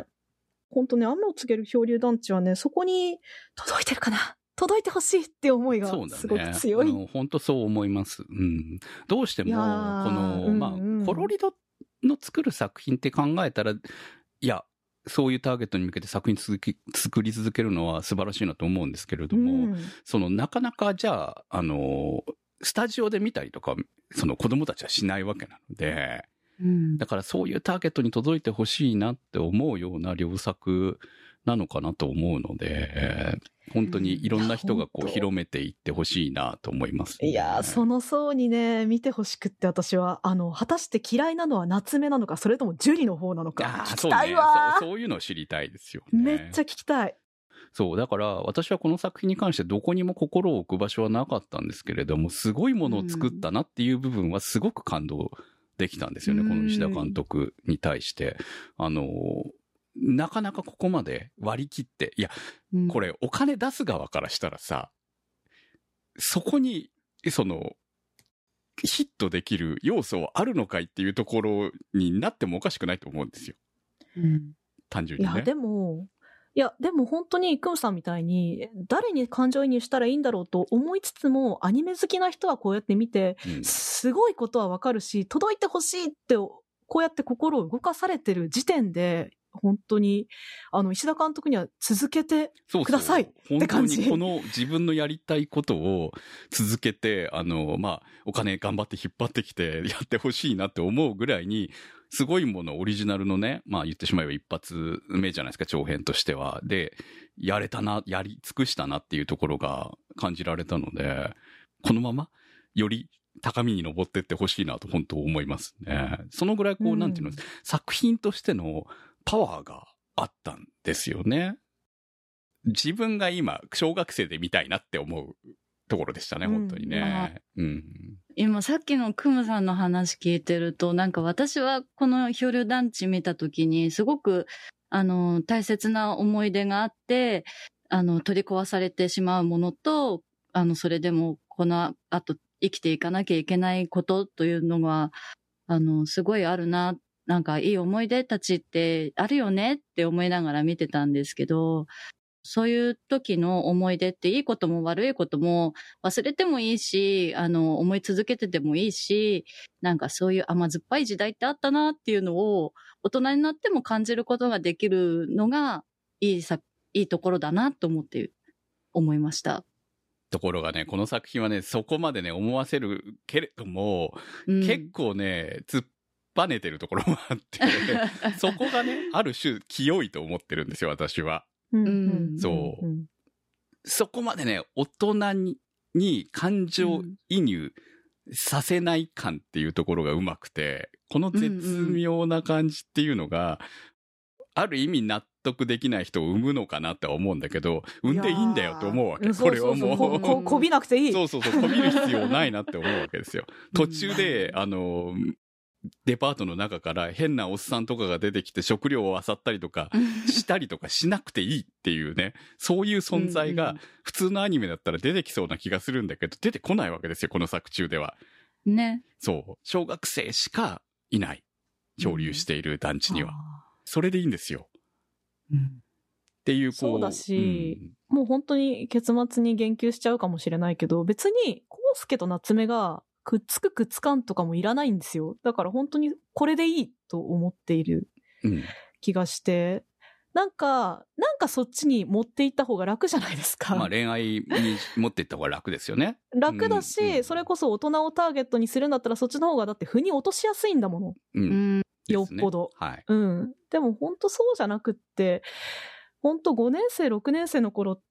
本当ね、雨を告げる漂流団地はね、そこに届いてるかな、届いてほしいって思いがすごく強い。 本当そう思います。どうしても、コロリドの作る作品って考えたら、いや、そういうターゲットに向けて作品作り続けるのは素晴らしいなと思うんですけれども、なかなかじゃあ、スタジオで見たりとか、子供たちはしないわけなので、だからそういうターゲットに届いてほしいなって思うような良作なのかなと思うので、本当にいろんな人が広めていってほしいなと思いますね。 いや、その層にね、見てほしくって私は、果たして嫌いなのは夏目なのか、それとも樹里の方なのか。聞きたいわ。 そういうのを知りたいですよね。 めっちゃ聞きたい。 そう、だから私はこの作品に関してどこにも心を置く場所はなかったんですけれども、すごいものを作ったなっていう部分はすごく感動できたんですよね、この石田監督に対して。なかなかここまで割り切って、いや、これお金出す側からしたらさ、そこに、ヒットできる要素はあるのかいっていうところになってもおかしくないと思うんですよ。単純にね。 いや、でも本当にクンさんみたいに、誰に感情移入したらいいんだろうと思いつつも、アニメ好きな人はこうやって見て、すごいことはわかるし、届いてほしいって、こうやって心を動かされてる時点で、本当に、石田監督には続けてくださいって感じ。 本当にこの自分のやりたいことを続けて、お金頑張って引っ張ってきてやってほしいなって思うぐらいに、すごいもの、オリジナルのね、言ってしまえば一発目じゃないですか、長編としては。で、やり尽くしたなっていうところが感じられたので、このまま、より高みに登ってってほしいなと本当思いますね。そのぐらいなんていうの、作品としてのパワーがあったんですよね。自分が今、小学生で見たいなって思うところでしたね、本当にね。 今さっきのクムさんの話聞いてると、なんか私はこの漂流団地見たときにすごく大切な思い出があって、取り壊されてしまうものと、それでもこの後生きていかなきゃいけないことというのが、すごいあるな、なんかいい思い出たちってあるよねって思いながら見てたんですけど、そういう時の思い出っていいことも悪いことも忘れてもいいし、思い続けててもいいし、なんかそういう甘酸っぱい時代ってあったなっていうのを大人になっても感じることができるのがいいところだなと思いました。 ところがね、この作品はね、そこまでね、思わせるけれども、結構ね、突っぱねてるところもあって、そこがね、ある種清いと思ってるんですよ、私は。そこまでね、大人にに感情移入させない感っていうところがうまくて、この絶妙な感じっていうのが、ある意味納得できない人を生むのかなって思うんだけど、産んでいいんだよと思うわけ。これはもう。 こびなくていい。 そう、こびる必要ないなって思うわけですよ。途中で、デパートの中から変なおっさんとかが出てきて食料を漁ったりとかしたりとかしなくていいっていうね、そういう存在が普通のアニメだったら出てきそうな気がするんだけど、出てこないわけですよ、この作中では。 ね。 そう。小学生しかいない。漂流している団地には。それでいいんですよ。っていう、 そうだし、もう本当に結末に言及しちゃうかもしれないけど、別に、コウスケと夏目がくっつくくっつかんとかもいらないんですよ。だから本当にこれでいいと思っている気がして、なんかそっちに持っていった方が楽じゃないですか。 まあ恋愛に持っていった方が楽ですよね。 楽だし、それこそ大人をターゲットにするんだったらそっちの方がだって腑に落としやすいんだもの。よっぽど。 はい。 でも本当そうじゃなくって、本当5年生、6年生の頃って、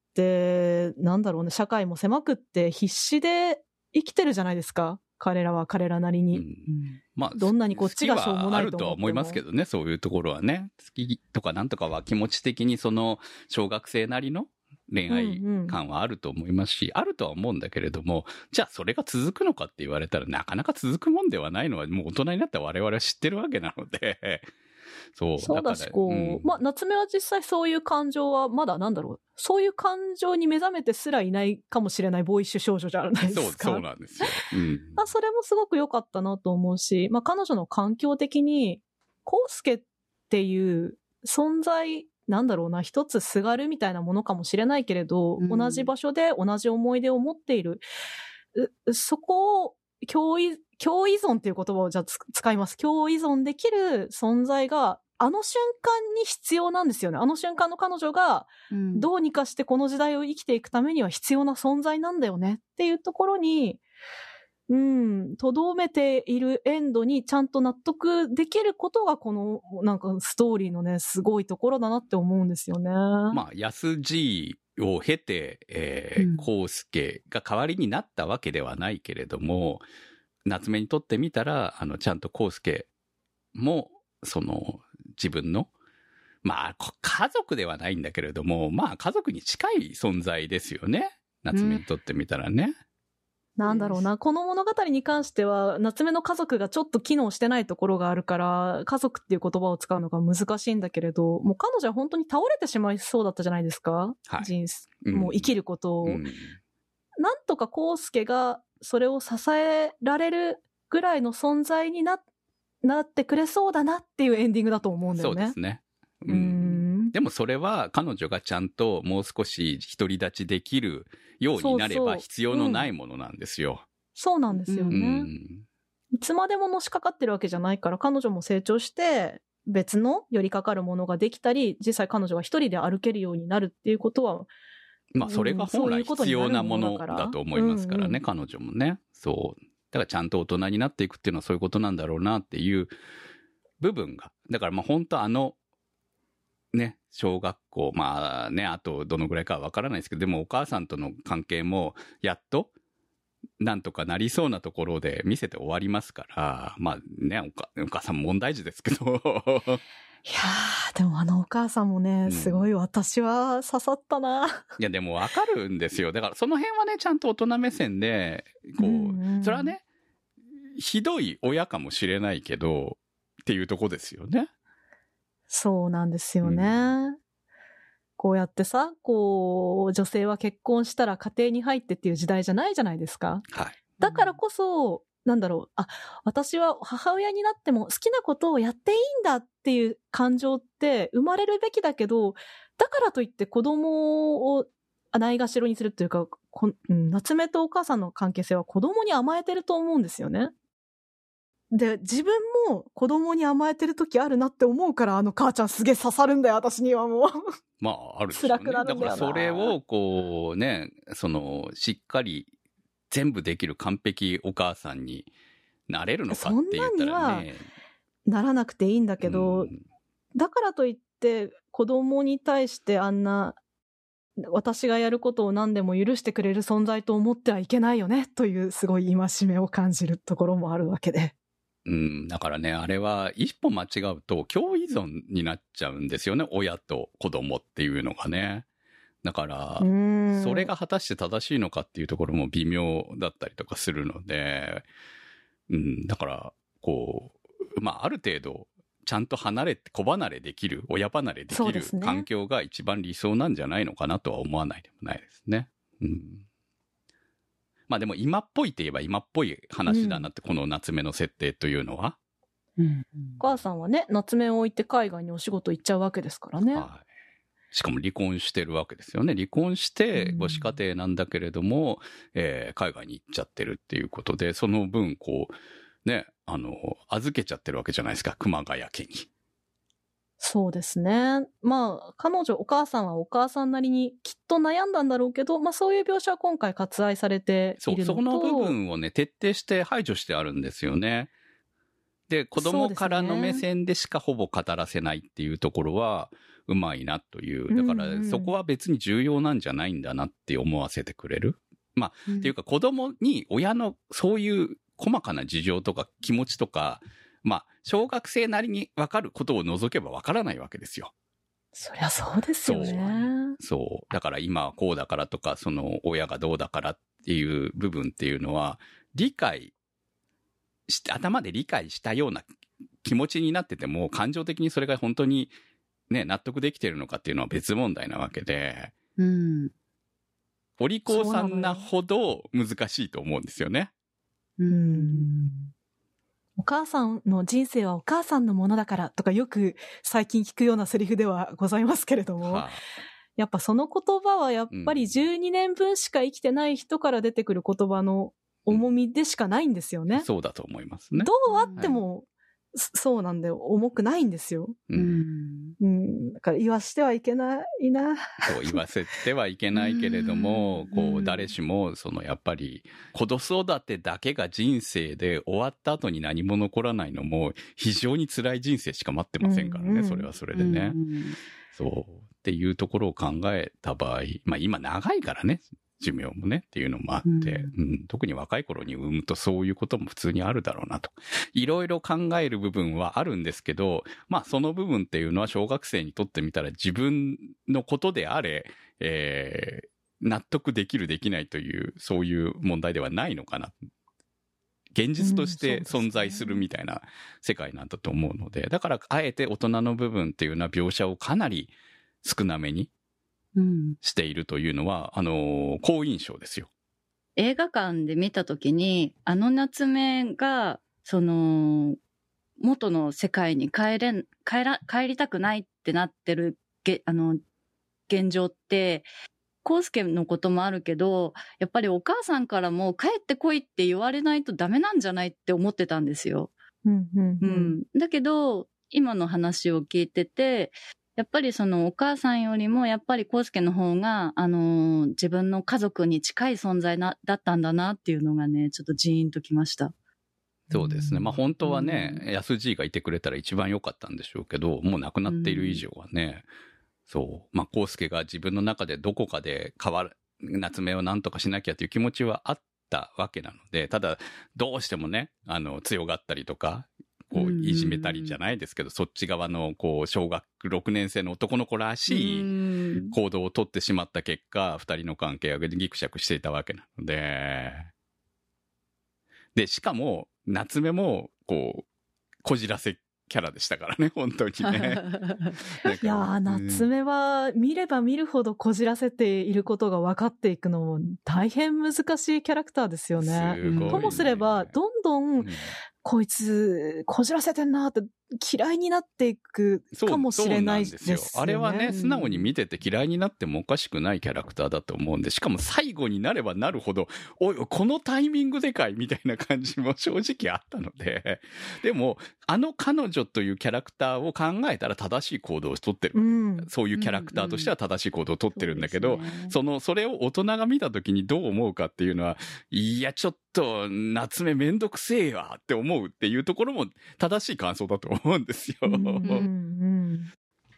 なんだろうね、社会も狭くって必死で生きてるじゃないですか。彼らは彼らなりに。 まあ、 どんなにこっちがしょうもないと思っても。 あるとは思いますけどね、そういうところはね。好きとかなんとかは気持ち的にその小学生なりの恋愛感はあると思いますし、あるとは思うんだけれども、じゃあそれが続くのかって言われたらなかなか続くもんではないのはもう大人になった我々は知ってるわけなので、 そうだし、まあ、夏目は実際そういう感情はまだそういう感情に目覚めてすらいないかもしれないボーイッシュ少女じゃないですか。 そうなんですよ。 それもすごく良かったなと思うし、まあ、彼女の環境的に、コウスケっていう存在、一つすがるみたいなものかもしれないけれど、同じ場所で同じ思い出を持っている。そこを共依存っていう言葉をじゃあ使います。共依存できる存在が、あの瞬間に必要なんですよね。あの瞬間の彼女が、どうにかしてこの時代を生きていくためには必要な存在なんだよねっていうところに、とどめているエンドにちゃんと納得できることがこのストーリーのね、すごいところだなって思うんですよね。 まあ、安Gを経て、コウスケが代わりになったわけではないけれども、夏目にとってみたら、ちゃんとコウスケも、自分の、まあ、家族ではないんだけれども、まあ、家族に近い存在ですよね。夏目にとってみたらね。 なんだろうな、この物語に関しては、夏目の家族がちょっと機能してないところがあるから、家族っていう言葉を使うのが難しいんだけれど、もう彼女は本当に倒れてしまいそうだったじゃないですか、 はい、 人生、もう生きることを。なんとかコウスケがそれを支えられるぐらいの存在になってくれそうだなっていうエンディングだと思うんだよね。 そうですね。でもそれは彼女がちゃんともう少し独り立ちできるようになれば必要のないものなんですよ。 そうなんですよね。いつまでものしかかってるわけじゃないから、彼女も成長して別の寄りかかるものができたり、実際彼女が一人で歩けるようになるっていうことは、 まあそれが本来必要なものだと思いますからね、彼女もね。そう。だからちゃんと大人になっていくっていうのはそういうことなんだろうなっていう部分が。だからまあ本当ね、小学校、まあね、あとどのぐらいかはわからないですけど、でもお母さんとの関係もやっとなんとかなりそうなところで見せて終わりますから、まあね、お母さん問題児ですけど。いやー、でもお母さんもね、すごい私は刺さったな。 いや、でもわかるんですよ。だからその辺はね、ちゃんと大人目線で、それはね、ひどい親かもしれないけど、っていうとこですよね。 そうなんですよね。こうやってさ、女性は結婚したら家庭に入ってっていう時代じゃないじゃないですか。 はい。 だからこそ、私は母親になっても好きなことをやっていいんだっていう感情って生まれるべきだけど、だからといって子供をないがしろにするっていうか、夏目とお母さんの関係性は子供に甘えてると思うんですよね。で、自分も子供に甘えてる時あるなって思うから、母ちゃんすげえ刺さるんだよ、私にはもう。 まあ、あるでしょうね。 辛くなるんだよな。 だからそれをしっかり全部できる完璧お母さんになれるのかって言ったらね。 ならなくていいんだけど、だからといって子供に対してあんな私がやることを何でも許してくれる存在と思ってはいけないよねというすごい戒めを感じるところもあるわけで。 だからね、あれは一歩間違うと共依存になっちゃうんですよね。親と子供っていうのがね。だから、それが果たして正しいのかっていうところも微妙だったりとかするので、だから、こう、まあ、ある程度、ちゃんと子離れできる、親離れできる環境が一番理想なんじゃないのかなとは思わないでもないですね。まあでも今っぽいって言えば今っぽい話だなって、この夏目の設定というのは。 お母さんはね、夏目を置いて海外にお仕事行っちゃうわけですからね。 はい。しかも離婚してるわけですよね。離婚して母子家庭なんだけれども、海外に行っちゃってるっていうことで、その分こう、ね、預けちゃってるわけじゃないですか、熊谷家に。 そうですね。まあ、お母さんはお母さんなりにきっと悩んだんだろうけど、まあそういう描写は今回割愛されているのと。 そこの部分をね、徹底して排除してあるんですよね。で、子供からの目線でしかほぼ語らせないっていうところは、うまいなという。だから、そこは別に重要なんじゃないんだなって思わせてくれる。まあ、っていうか子供に親のそういう細かな事情とか気持ちとか、まあ、小学生なりに分かることを除けば分からないわけですよ。 そりゃそうですよね。 そう。だから今はこうだからとか、その親がどうだからっていう部分っていうのは、頭で理解したような気持ちになってても、感情的にそれが本当にね、納得できてるのかっていうのは別問題なわけで、お利口さんなほど難しいと思うんですよね。 お母さんの人生はお母さんのものだからとかよく最近聞くようなセリフではございますけれども、やっぱその言葉はやっぱり12年分しか生きてない人から出てくる言葉の重みでしかないんですよね。 そうだと思いますね。 どうあっても、そうなんで重くないんですよ。だから言わしてはいけないな。 そう言わせてはいけないけれども、こう誰しもやっぱり子育てだけが人生で終わった後に何も残らないのも非常に辛い人生しか待ってませんからね。それはそれでね。そうっていうところを考えた場合、まあ今長いからね。寿命もねっていうのもあって、特に若い頃に産むとそういうことも普通にあるだろうなと。いろいろ考える部分はあるんですけど、まあその部分っていうのは小学生にとってみたら自分のことであれ、納得できるできないという、そういう問題ではないのかな。現実として存在するみたいな世界なんだと思うので、だからあえて大人の部分っていうのは描写をかなり少なめにしているというのは、好印象ですよ。 映画館で見たときに、夏目が、元の世界に帰りたくないってなってる、現状って、康介のこともあるけど、やっぱりお母さんからも帰ってこいって言われないとダメなんじゃないって思ってたんですよ。だけど、今の話を聞いてて、やっぱりお母さんよりもやっぱり康介の方が自分の家族に近い存在だったんだなっていうのがね、ちょっとジーンときました。 そうですね。まあ本当はね、安じいがいてくれたら一番良かったんでしょうけど、もう亡くなっている以上はね、まあ康介が自分の中でどこかで夏目をなんとかしなきゃという気持ちはあったわけなので、ただどうしてもね、強がったりとか、こういじめたりじゃないですけど、そっち側のこう小学6年生の男の子らしい行動を取ってしまった結果、二人の関係がギクシャクしていたわけなので、しかも夏目もこうこじらせキャラでしたからね、本当にね。 いやー、夏目は見れば見るほどこじらせていることが分かっていくのも大変難しいキャラクターですよね。ともすればどんどん、こいつこじらせてんなって嫌いになっていくかもしれないですよね。 あれはね、素直に見てて嫌いになってもおかしくないキャラクターだと思うんで、しかも最後になればなるほど、おい、このタイミングでかいみたいな感じも正直あったので、でも、彼女というキャラクターを考えたら正しい行動をとってる。そういうキャラクターとしては正しい行動をとってるんだけど、それを大人が見た時にどう思うかっていうのは、いや、ちょっと、夏目めんどくせえわって思うっていうところも正しい感想だと思うんですよ。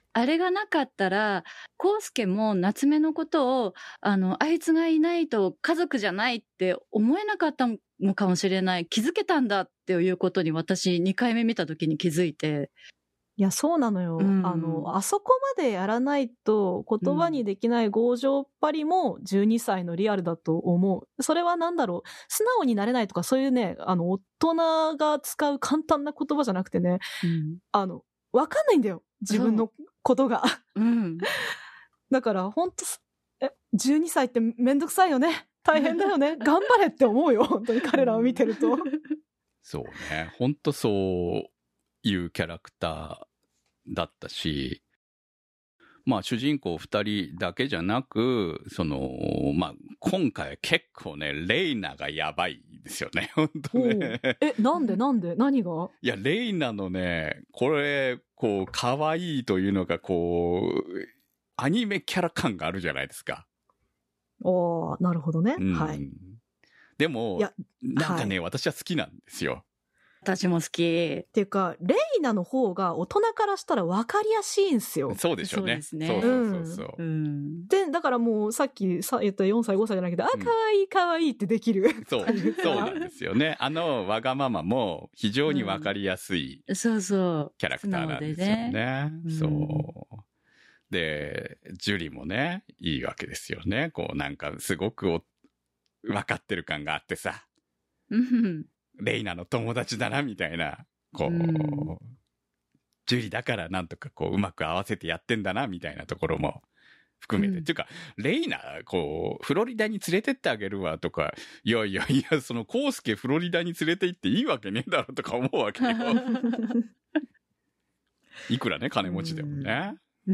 あれがなかったら、康介も夏目のことを、あいつがいないと家族じゃないって思えなかったのかもしれない。気づけたんだっていうことに私2回目見た時に気づいて。 いや、そうなのよ。あそこまでやらないと言葉にできない強情っぱりも12歳のリアルだと思う。それはなんだろう。素直になれないとかそういうね、大人が使う簡単な言葉じゃなくてね、わかんないんだよ。自分のことが。だから本当12歳ってめんどくさいよね。大変だよね。頑張れって思うよ。本当に彼らを見てると。 そうね。本当そういうキャラクターだったし、まあ主人公2人だけじゃなく、まあ今回結構ね、レイナがやばいですよね。本当ね。 なんで何が？いや、レイナのね、これ、こう、可愛いというのが、こう、アニメキャラ感があるじゃないですか。 なるほどね。はい。 でも、なんかね、私は好きなんですよ。 私も好き。 っていうか、レイナの方が大人からしたら分かりやすいんですよ。 そうでしょうね。そうですね。そう。 で、だからもうさっき言った4歳5歳じゃなくて、可愛いってできる。 そうなんですよね。わがままも非常に分かりやすいキャラクターなんですよね。そう。で、ジュリもね、いいわけですよね。こうなんかすごく分かってる感があってさ。レイナの友達だなみたいな、こう、ジュリだからなんとかこううまく合わせてやってんだなみたいなところも含めて、っていうかレイナこうフロリダに連れてってあげるわとか、いやその康介フロリダに連れて行っていいわけねえだろとか思うわけよ。いくらね金持ちでもね。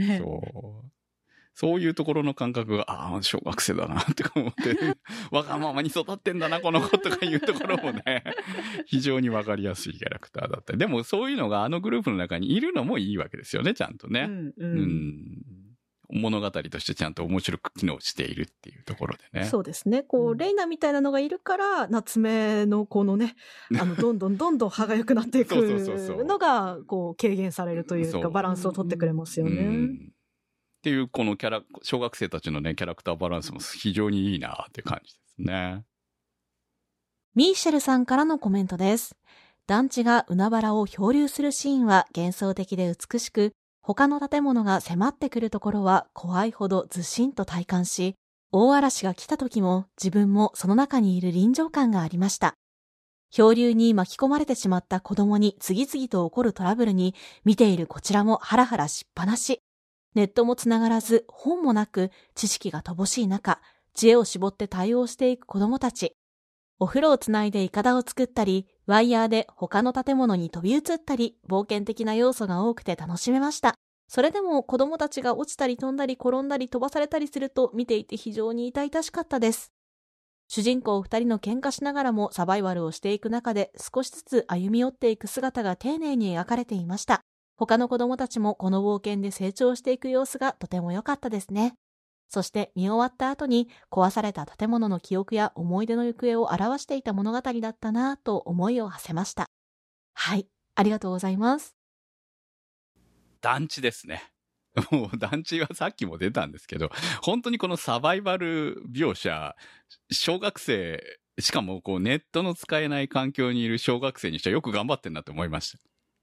そういうところの感覚が、小学生だなって思って、わがままに育ってんだな、この子とかいうところもね、非常にわかりやすいキャラクターだったり。でもそういうのがあのグループの中にいるのもいいわけですよね、ちゃんとね。物語としてちゃんと面白く機能しているっていうところでね。 そうですね。こう、レイナみたいなのがいるから、夏目のこのね、どんどん歯が良くなっていくのが、こう、軽減されるというか、バランスを取ってくれますよね。 っていうこの小学生たちのねキャラクターバランスも非常にいいなっていう感じですね。 ミーシェルさんからのコメントです。団地が海原を漂流するシーンは幻想的で美しく、他の建物が迫ってくるところは怖いほどずしんと体感し、大嵐が来た時も自分もその中にいる臨場感がありました。漂流に巻き込まれてしまった子供に次々と起こるトラブルに見ているこちらもハラハラしっぱなし。ネットもつながらず、本もなく、知識が乏しい中、知恵を絞って対応していく子供たち。お風呂をつないでイカダを作ったり、ワイヤーで他の建物に飛び移ったり、冒険的な要素が多くて楽しめました。それでも子供たちが落ちたり飛んだり転んだり飛ばされたりすると見ていて非常に痛々しかったです。主人公2人の喧嘩しながらもサバイバルをしていく中で少しずつ歩み寄っていく姿が丁寧に描かれていました。他の子供たちもこの冒険で成長していく様子がとても良かったですね。そして見終わった後に壊された建物の記憶や思い出の行方を表していた物語だったなぁと思いを馳せました。はい、ありがとうございます。 団地ですね。もう団地はさっきも出たんですけど、本当にこのサバイバル描写、小学生、しかもこうネットの使えない環境にいる小学生にしてはよく頑張ってんなって思いました。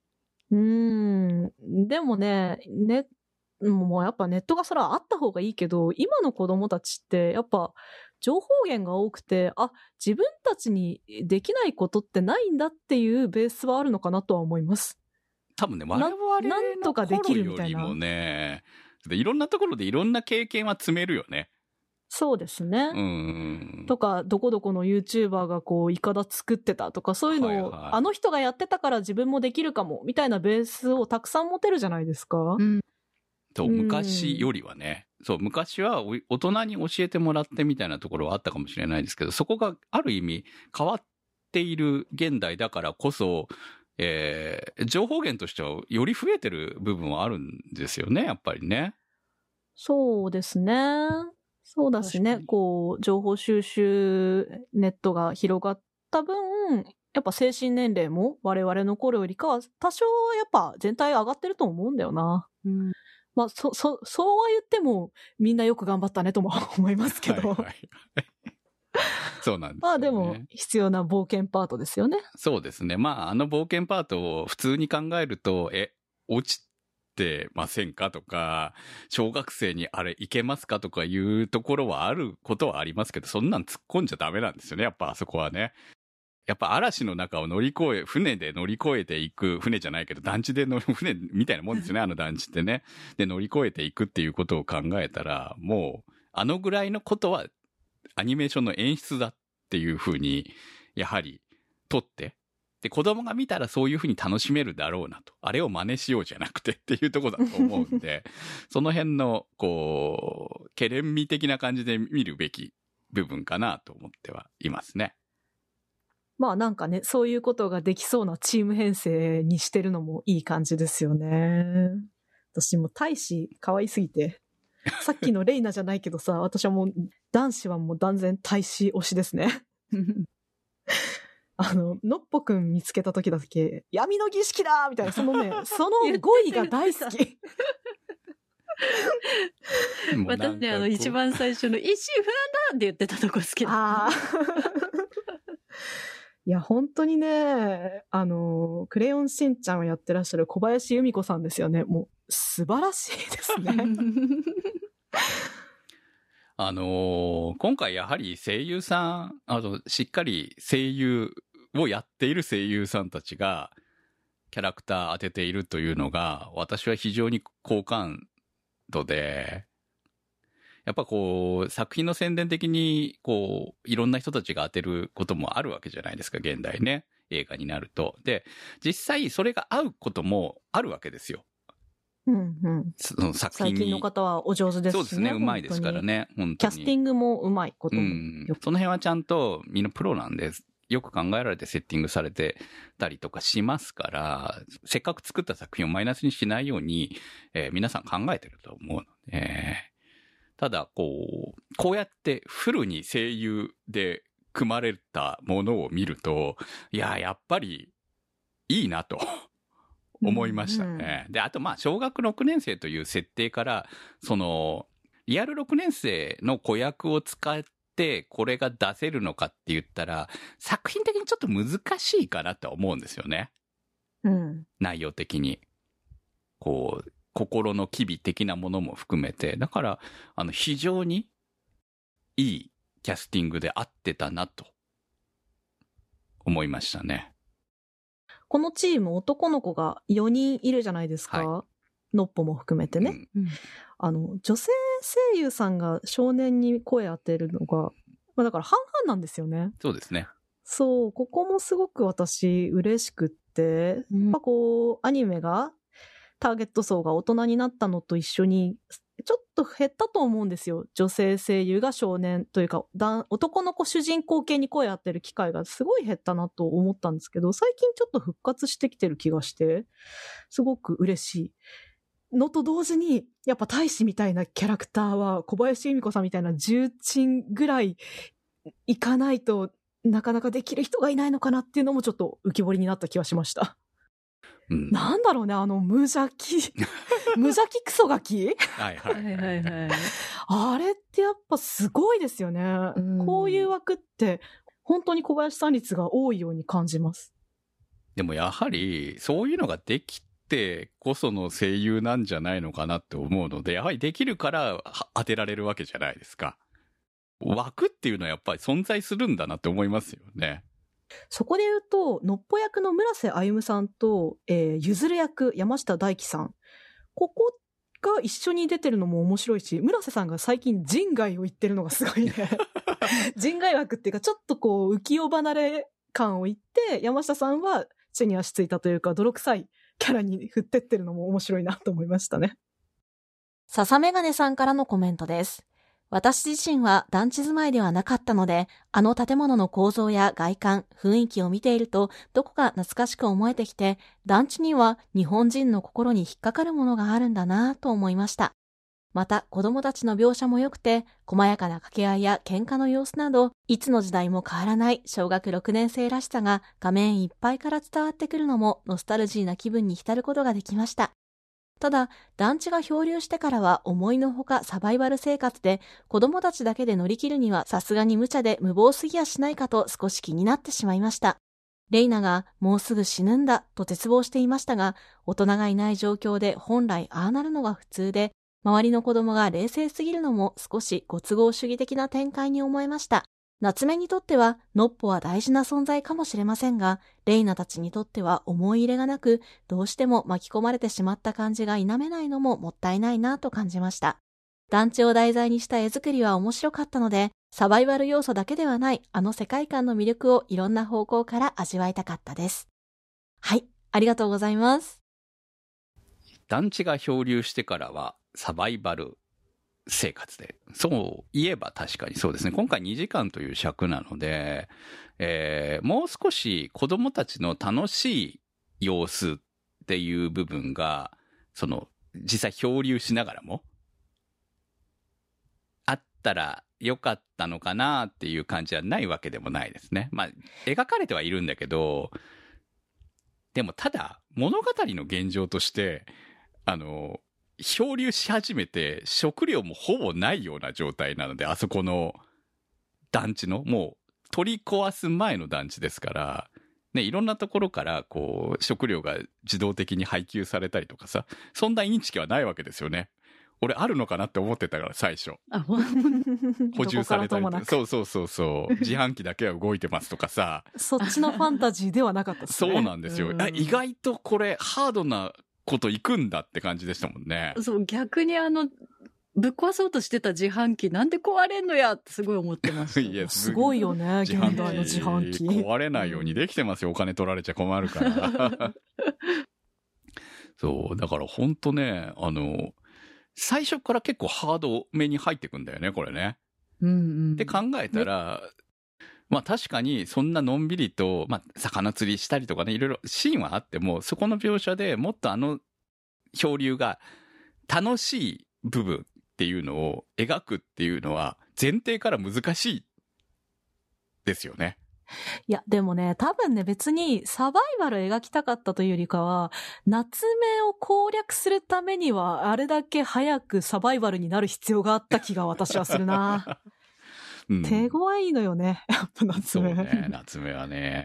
でもね、もうやっぱネットがそれはあった方がいいけど、今の子供たちってやっぱ情報源が多くて、自分たちにできないことってないんだっていうベースはあるのかなとは思います。 多分ね、我々の頃よりもね、いろんなところでいろんな経験は積めるよね。 そうですね。とか、どこどこの YouTuber がこう、イカダ作ってたとか、そういうのを、あの人がやってたから自分もできるかも、みたいなベースをたくさん持てるじゃないですか。 昔よりはね。そう、昔は大人に教えてもらってみたいなところはあったかもしれないですけど、そこがある意味変わっている現代だからこそ、情報源としてはより増えてる部分はあるんですよね、やっぱりね。 そうですね。そうだしね、こう、情報収集ネットが広がった分、やっぱ精神年齢も我々の頃よりかは多少やっぱ全体上がってると思うんだよな。 まあ、そうは言っても、みんなよく頑張ったねとも思いますけど。 はいはいはいそうなんですよね。 まあでも、必要な冒険パートですよね。 そうですね。まあ、冒険パートを普通に考えると、落ちてませんかとか、小学生にあれいけますかとかいうところはあることはありますけど、そんなん突っ込んじゃダメなんですよね。やっぱあそこはね。やっぱ嵐の中を船で乗り越えていく、船じゃないけど団地で船みたいなもんですよね、あの団地ってね。で、乗り越えていくっていうことを考えたら、もう、あのぐらいのことは、アニメーションの演出だっていう風に、やはり、撮って、で、子供が見たらそういう風に楽しめるだろうなと。あれを真似しようじゃなくてっていうところだと思うんで、その辺の、こう、ケレン味的な感じで見るべき部分かなと思ってはいますね。 まあなんかね、そういうことができそうなチーム編成にしてるのもいい感じですよね。私も大使可愛すぎて、さっきのレイナじゃないけどさ、私はもう男子はもう断然大使推しですね。のっぽくん見つけた時だけ、闇の儀式だみたいな、その語彙が大好き。 私ね、一番最初の一心不乱だって言ってたとこ好きだ。 ああ。いや、本当にね、クレヨンしんちゃんをやってらっしゃる小林由美子さんですよね。もう、素晴らしいですね。 今回やはり声優さん、しっかり声優をやっている声優さんたちが、キャラクター当てているというのが、私は非常に好感度で、やっぱこう、作品の宣伝的に、こう、いろんな人たちが当てることもあるわけじゃないですか、現代ね。映画になると。で、実際それが合うこともあるわけですよ。 うんうん。 その作品に。 最近の方はお上手ですしね。 そうですね、うまいですからね、本当に。 キャスティングもうまいこともよく。 その辺はちゃんとみんなプロなんです。よく考えられてセッティングされてたりとかしますから、せっかく作った作品をマイナスにしないように、皆さん考えてると思うので、ただこうやってフルに声優で組まれたものを見ると、いや、やっぱりいいなと思いましたね。で、あと小学6年生という設定から、リアル6年生の子役を使ってこれが出せるのかって言ったら、作品的にちょっと難しいかなと思うんですよね。 うん。 内容的に。こう、心の機微的なものも含めて。だから、非常にいいキャスティングで合ってたなと思いましたね。 このチーム男の子が4人いるじゃないですか。はい、のっぽも含めてね。女性声優さんが少年に声当てるのが、だから半々なんですよね。 そうですね。 そう、ここもすごく私嬉しくって、アニメがターゲット層が大人になったのと一緒に、ちょっと減ったと思うんですよ。女性声優が少年というか、男の子主人公系に声当てる機会がすごい減ったなと思ったんですけど、最近ちょっと復活してきてる気がして、すごく嬉しい。のと同時に、やっぱ大使みたいなキャラクターは、小林由美子さんみたいな重鎮ぐらいいかないとなかなかできる人がいないのかなっていうのもちょっと浮き彫りになった気がしました。なんだろうね、無邪気クソガキはいはいはいはい。 あれってやっぱすごいですよね。こういう枠って本当に小林さん率が多いように感じます。 でもやはりそういうのができてこその声優なんじゃないのかなって思うので、やはりできるから当てられるわけじゃないですか。枠っていうのはやっぱり存在するんだなって思いますよね。 そこで言うと、のっぽ役の村瀬歩さんと、ゆずる役山下大輝さん。ここが一緒に出てるのも面白いし、村瀬さんが最近人外を言ってるのがすごいね。人外枠っていうか、ちょっとこう、浮世離れ感を言って、山下さんは地に足ついたというか、泥臭いキャラに振ってってるのも面白いなと思いましたね。 笹メガネさんからのコメントです。私自身は団地住まいではなかったので、あの建物の構造や外観、雰囲気を見ていると、どこか懐かしく思えてきて、団地には日本人の心に引っかかるものがあるんだなぁと思いました。また、子供たちの描写も良くて、細やかな掛け合いや喧嘩の様子など、いつの時代も変わらない小学6年生らしさが画面いっぱいから伝わってくるのも、ノスタルジーな気分に浸ることができました。 ただ、団地が漂流してからは思いのほかサバイバル生活で、子供たちだけで乗り切るにはさすがに無茶で無謀すぎやしないかと少し気になってしまいました。レイナがもうすぐ死ぬんだと絶望していましたが、大人がいない状況で本来ああなるのが普通で、周りの子供が冷静すぎるのも少しご都合主義的な展開に思えました。夏目にとってはノッポは大事な存在かもしれませんが、レイナたちにとっては思い入れがなく、どうしても巻き込まれてしまった感じが否めないのももったいないなと感じました。団地を題材にした絵作りは面白かったので、サバイバル要素だけではないあの世界観の魅力をいろんな方向から味わいたかったです。はい、ありがとうございます。 団地が漂流してからはサバイバル生活で。そういえば確かにそうですね。今回2時間という尺なので、もう少し子供たちの楽しい様子っていう部分が、実際漂流しながらも、あったらよかったのかなっていう感じはないわけでもないですね。まあ、描かれてはいるんだけど、でもただ、物語の現状として、漂流し始めて食料もほぼないような状態なので、あそこの団地のもう取り壊す前の団地ですから、ね、いろんなところからこう食料が自動的に配給されたりとかさ、そんなインチキはないわけですよね。俺あるのかなって思ってたから最初。補充されたりとか。そう自販機だけは動いてますとかさ。 そっちのファンタジーではなかったですね。 そうなんですよ。意外とこれハードなこといくんだって感じでしたもんね。 そう、逆にぶっ壊そうとしてた自販機なんで壊れんのやってすごい思ってました。 いやすごいよね、現代の自販機。 壊れないようにできてますよ。お金取られちゃ困るから。そう、だからほんとね、最初から結構ハードめに入ってくんだよね、これね。って考えたら、まあ確かにそんなのんびりと、まあ魚釣りしたりとかね、いろいろシーンはあっても、そこの描写でもっと漂流が楽しい部分っていうのを描くっていうのは前提から難しいですよね。 いや、でもね、多分ね、別にサバイバル描きたかったというよりかは、夏目を攻略するためには、あれだけ早くサバイバルになる必要があった気が私はするな。手強いのよね、やっぱ夏目。 そうね、夏目はね。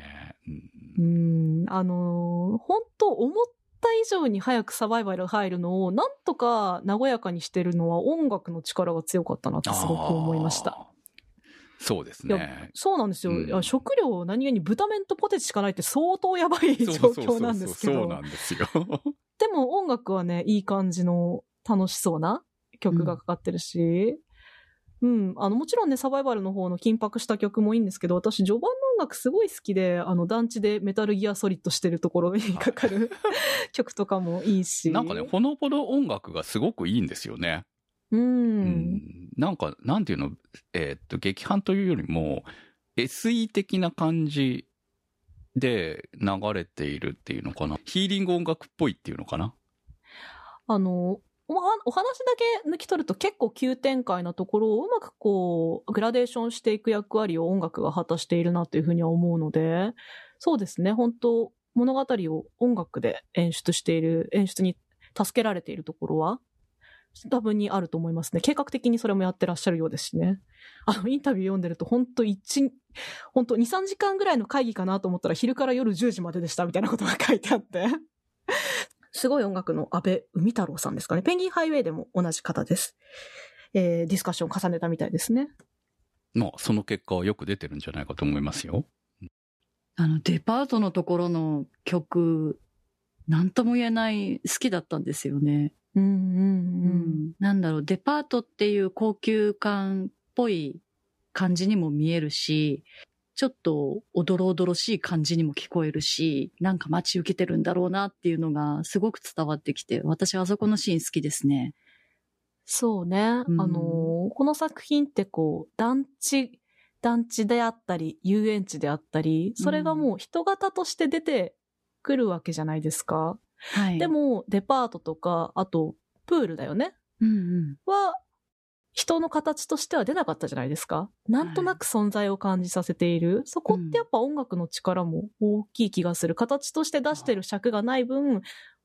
本当思った以上に早くサバイバル入るのを、なんとか和やかにしてるのは音楽の力が強かったなってすごく思いました。 そうですね。 そうなんですよ。いや、食料何気に豚麺とポテチしかないって相当やばい状況なんですけど。 そうなんですよ。 でも音楽はね、いい感じの楽しそうな曲がかかってるし、もちろんね、サバイバルの方の緊迫した曲もいいんですけど、私序盤の音楽すごい好きで、団地でメタルギアソリッドしてるところにかかる曲とかもいいし。 なんかね、ほのぼの音楽がすごくいいんですよね。なんか、なんていうの、劇伴というよりも、SE 的な感じで流れているっていうのかな。ヒーリング音楽っぽいっていうのかな。 お話だけ抜き取ると結構急展開なところをうまくこう、グラデーションしていく役割を音楽が果たしているなというふうには思うので、そうですね、本当物語を音楽で演出に助けられているところは、多分にあると思いますね。計画的にそれもやってらっしゃるようですしね。インタビュー読んでると本当2、3時間ぐらいの会議かなと思ったら昼から夜10時まででしたみたいなことが書いてあって。すごい音楽の安部海太郎さんですかね。ペンギンハイウェイでも同じ方です。ディスカッション重ねたみたいですね。 まあ、その結果はよく出てるんじゃないかと思いますよ。 デパートのところの曲、なんとも言えない好きだったんですよね。なんだろう、デパートっていう高級感っぽい感じにも見えるし、ちょっとおどろおどろしい感じにも聞こえるし、なんか待ち受けてるんだろうなっていうのがすごく伝わってきて、私あそこのシーン好きですね。 そうね。この作品ってこう、団地であったり、遊園地であったり、それがもう人型として出てくるわけじゃないですか。 はい。 でも、デパートとか、あと、プールだよね。は、人の形としては出なかったじゃないですか。なんとなく存在を感じさせている。そこってやっぱ音楽の力も大きい気がする。形として出してる尺がない分、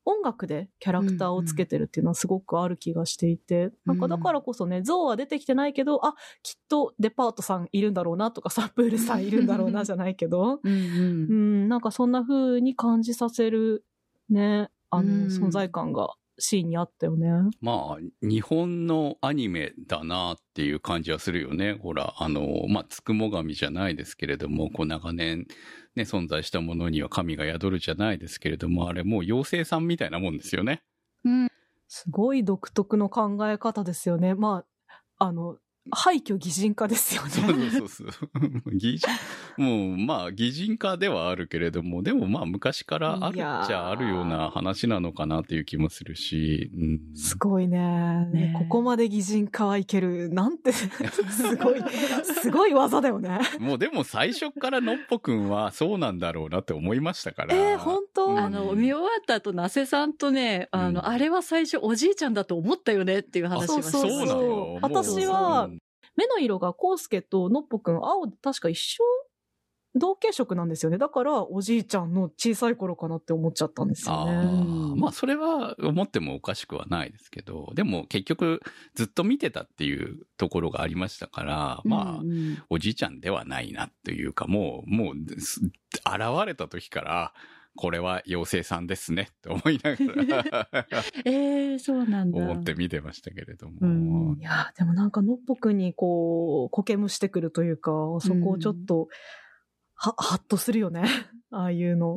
音楽でキャラクターをつけてるっていうのはすごくある気がしていて、なんかだからこそね、ゾウは出てきてないけど、あ、きっとデパートさんいるんだろうなとか、サプールさんいるんだろうなじゃないけど、なんかそんな風に感じさせるね、存在感がシーンにあったよね。 まあ、日本のアニメだなっていう感じはするよね。ほら、まあ、つくも神じゃないですけれども、こう長年ね、存在したものには神が宿るじゃないですけれども、あれもう妖精さんみたいなもんですよね。 すごい独特の考え方ですよね。まあ、廃墟擬人化ですよね。 そう。擬人、もうまあ擬人化ではあるけれども、でもまあ昔からあるっちゃあるような話なのかなっていう気もするし。 すごいね。ここまで擬人化はいける。なんて、すごい技だよね。 もうでも最初からのっぽくんはそうなんだろうなって思いましたから。 本当見終わった後、那瀬さんとね、あれは最初おじいちゃんだと思ったよねっていう話をしました。 そうなの。 私は、目の色がコウスケとのっぽくん青で確か一緒同系色なんですよね。だからおじいちゃんの小さい頃かなって思っちゃったんですよね。 まあそれは思ってもおかしくはないですけど、でも結局ずっと見てたっていうところがありましたから、まあおじいちゃんではないなというか、もう現れた時からこれは妖精さんですねって思いながらそうなんだ。 思って見てましたけれども。 いや、でもなんかのっぽくんにこう、苔むしてくるというか、そこをちょっと、はっとするよね。ああいうの。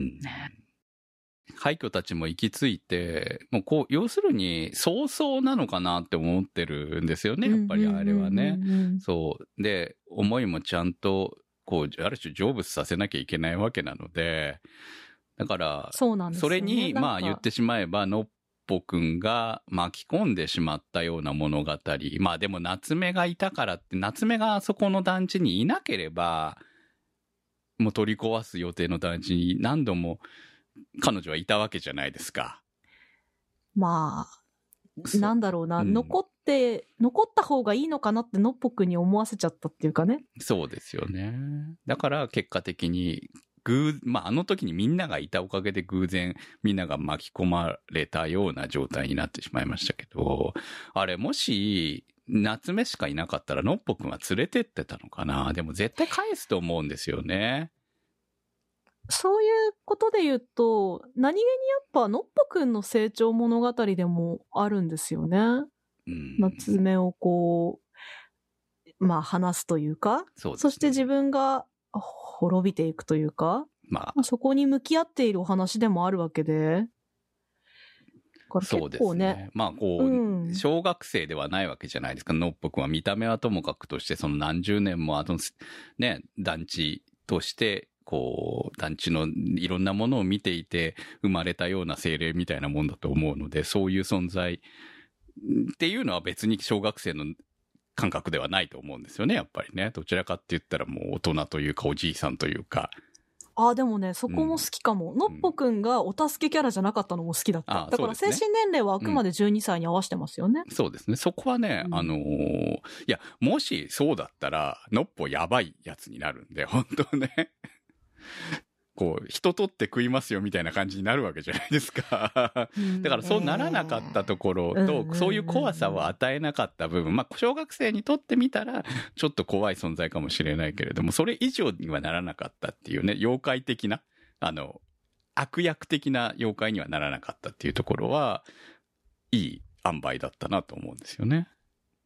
廃墟たちも行き着いて、もうこう、要するに、早々なのかなって思ってるんですよね、やっぱりあれはね。そう。で、思いもちゃんと、こう、ある種成仏させなきゃいけないわけなので、だから、 そうなんですよね、 それに、まあ言ってしまえば、のっぽくんが巻き込んでしまったような物語。まあでも夏目がいたからって、夏目があそこの団地にいなければ、もう取り壊す予定の団地に何度も彼女はいたわけじゃないですか。 まあ、なんだろうな、残った方がいいのかなってのっぽくんに思わせちゃったっていうかね。 そうですよね。だから結果的に、まあ、あの時にみんながいたおかげで偶然みんなが巻き込まれたような状態になってしまいましたけど、あれもし夏目しかいなかったらのっぽくんは連れてってたのかな。でも絶対返すと思うんですよね。 そういうことで言うと、何気にやっぱのっぽくんの成長物語でもあるんですよね。夏目をこう、まあ話すというか、そして自分が滅びていくというか、まあ、そこに向き合っているお話でもあるわけで。 そうですね。まあこう、小学生ではないわけじゃないですか。のっぽくんは見た目はともかくとして、その何十年もね、団地として、こう、団地のいろんなものを見ていて生まれたような精霊みたいなもんだと思うので、そういう存在っていうのは別に小学生の感覚ではないと思うんですよね、やっぱりね。どちらかって言ったらもう大人というかおじいさんというか。 でもね、そこも好きかも。のっぽくんがお助けキャラじゃなかったのも好きだった。だから精神年齢はあくまで12歳に合わせてますよね。 そうですね。そこはね、いや、もしそうだったら、のっぽやばいやつになるんで、本当ね。こう、人取って食いますよみたいな感じになるわけじゃないですか。だからそうならなかったところと、そういう怖さを与えなかった部分、まあ、小学生にとってみたら、ちょっと怖い存在かもしれないけれども、それ以上にはならなかったっていうね、妖怪的な、悪役的な妖怪にはならなかったっていうところは、いい塩梅だったなと思うんですよね。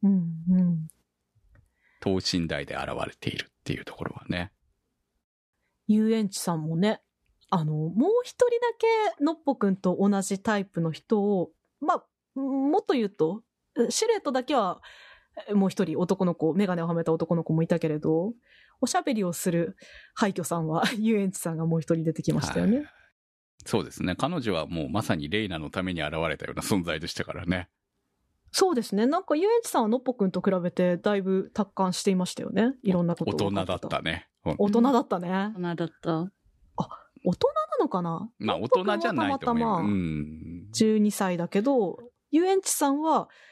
等身大で現れているっていうところはね。 遊園地さんもね、もう一人だけのっぽくんと同じタイプの人を、まあ、もっと言うと、シルエットだけはもう一人男の子、メガネをはめた男の子もいたけれど、おしゃべりをする廃墟さんは、遊園地さんがもう一人出てきましたよね。 そうですね。彼女はもうまさにレイナのために現れたような存在でしたからね。 そうですね。なんか遊園地さんはのっぽくんと比べてだいぶ達観していましたよね。いろんなことを。 大人だったね。 大人だったね。 大人だった。 大人なのかな？ まあ大人じゃないと思う。 12歳だけど、遊園地さんは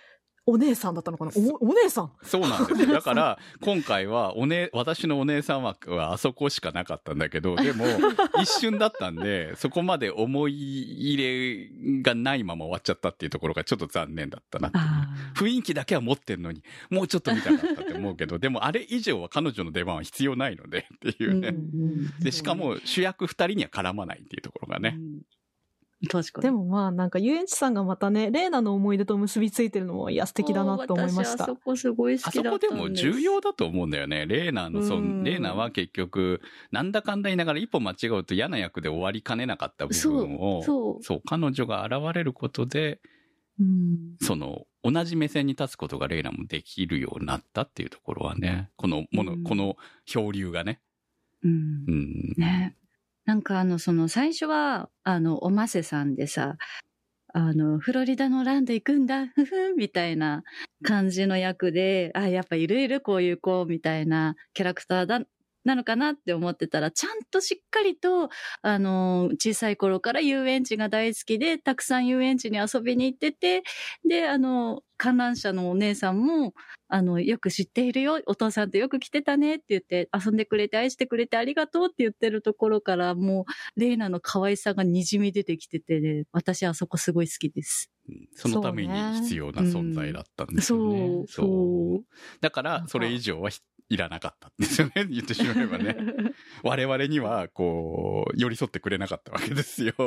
お姉さんだったのかな。お姉さん。 そうなんですよ。だから今回は私のお姉さん枠はあそこしかなかったんだけど、でも一瞬だったんでそこまで思い入れがないまま終わっちゃったっていうところがちょっと残念だったなっていう。雰囲気だけは持ってんのにもうちょっと見たかったって思うけど、でもあれ以上は彼女の出番は必要ないのでっていうね。でしかも主役2人には絡まないっていうところがね。 確かに。 でもまあなんか遊園地さんがまたね、レイナの思い出と結びついてるのも素敵だなと思いました。 私あそこすごい好きだったんです。 あそこでも重要だと思うんだよね。レイナは結局なんだかんだ言いながら一歩間違うと嫌な役で終わりかねなかった部分を、そう彼女が現れることで、その同じ目線に立つことがレイナもできるようになったっていうところはね、この漂流がね。 ね。なんかその最初は、おませさんでさ、フロリダのランド行くんだ、ふふん、みたいな感じの役で、やっぱいるこういう子、みたいなキャラクターなのかなって思ってたら、ちゃんとしっかりと、小さい頃から遊園地が大好きで、たくさん遊園地に遊びに行ってて、で、観覧車のお姉さんも、よく知っているよ、お父さんとよく来てたねって言って、遊んでくれて愛してくれてありがとうって言ってるところから、もう、レイナの可愛さが滲み出てきててね、私あそこすごい好きです。 そのために必要な存在だったんですよね。そう。だから、それ以上はいらなかったんですよね。言ってしまえばね。我々には、寄り添ってくれなかったわけですよ。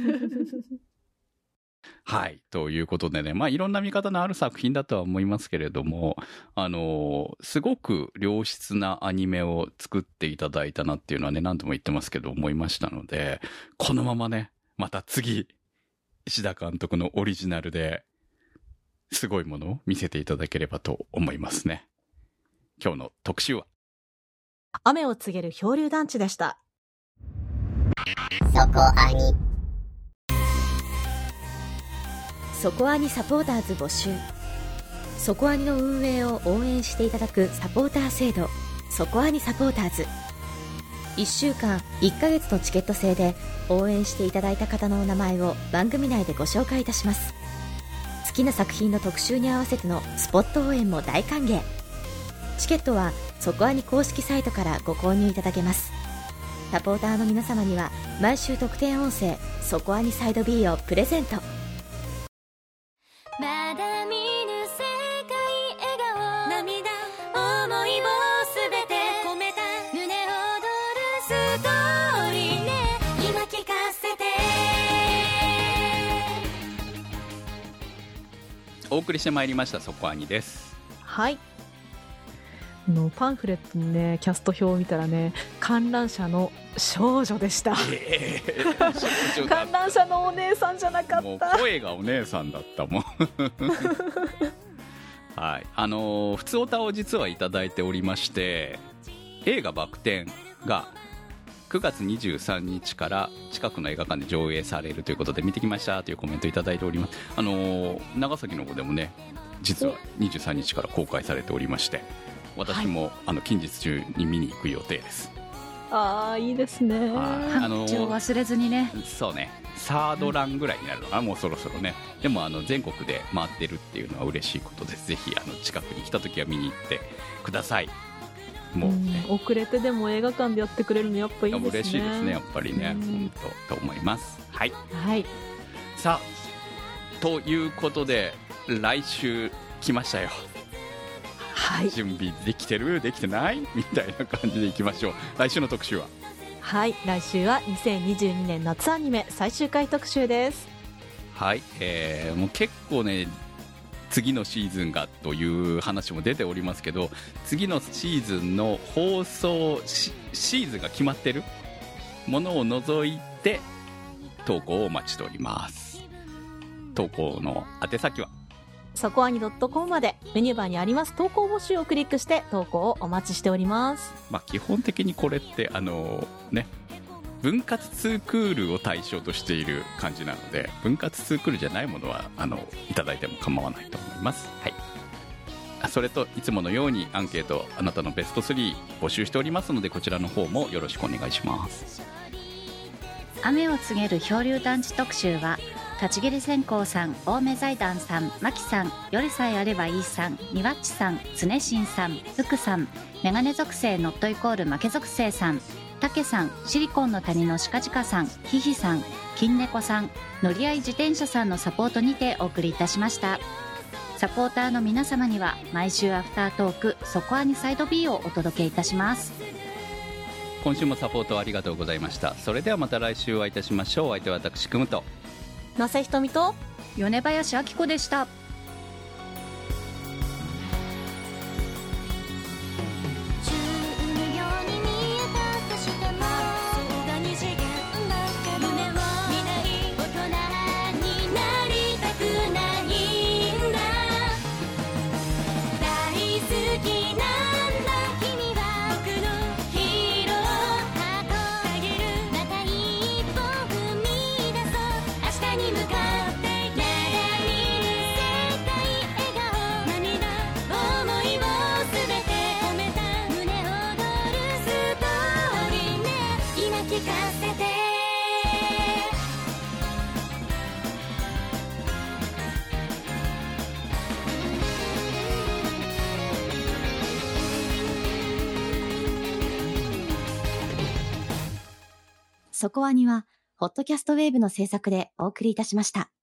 はい。ということでね、いろんな見方のある作品だとは思いますけれども、すごく良質なアニメを作っていただいたなっていうのはね、何度も言ってますけど思いましたので、このままね、また次、石田監督のオリジナルですごいものを見せていただければと思いますね。今日の特集は雨を告げる漂流団地でした。 そこアニサポーターズ募集。そこアニの運営を応援していただくサポーター制度、そこアニサポーターズ。1週間1ヶ月のチケット制で応援していただいた方のお名前を番組内でご紹介いたします。好きな作品の特集に合わせてのスポット応援も大歓迎。チケットはそこアニ公式サイトからご購入いただけます。サポーターの皆様には毎週特典音声そこアニサイド B をプレゼント。 まだ見ぬ世界笑顔涙思いをすべて込めた胸躍るストーリーね今聞かせて。 お送りしてまいりましたそこアニです。 はい。パンフレットのねキャスト表を見たらね、観覧車の少女でした。観覧車のお姉さんじゃなかった。もう声がお姉さんだったもん。はい、普通オタを実はいただいておりまして、映画バク転が9月23日から近くの映画館で上映されるということで見てきましたというコメントいただいております。長崎の方でもね実は23日から公開されておりまして、私も、近日中に見に行く予定です。 いいですね。 一応忘れずにね。 そうね、サードランぐらいになるのかな、もうそろそろね。でも全国で回ってるっていうのは嬉しいことです。ぜひ近くに来た時は見に行ってください。もうね、 遅れてでも映画館でやってくれるのやっぱいいですね。 嬉しいですね、やっぱりね、本当と思います。はい、 はい、 さあということで来週来ましたよ。 はい、 準備できてるできてないみたいな感じでいきましょう。来週の特集は、 はい、来週は2022年夏アニメ最終回特集です。 はい、もう結構ね次のシーズンがという話も出ておりますけど、次のシーズンの放送シーズンが決まってるものを除いて投稿をお待ちしております。投稿の宛先はそこアニ.com までメニューバーにあります投稿募集をクリックして投稿をお待ちしております。 基本的にこれってね、分割2クールを対象としている感じなので、分割2クールじゃないものはいただいても構わないと思います。はい。それといつものようにアンケート、あなたのベスト3募集しておりますので、こちらの方もよろしくお願いします。 雨を告げる漂流団地特集は勝ち切り線香さん、青梅財団さん、マキさん、夜さえあればいいさん、ニワッチさん、つねしんさん、福さん、メガネ属性ノットイコール負け属性さん、たけさん、シリコンの谷のしかじかさん、ひひさん、金猫さん、乗り合い自転車さんのサポートにてお送りいたしました。サポーターの皆様には毎週アフタートークそこアニサイド B をお届けいたします。 今週もサポートありがとうございました。それではまた来週お会いいたしましょう。お相手は私くむとなせひとみと米林明子でした。 そこアニはホットキャストウェーブの制作でお送りいたしました。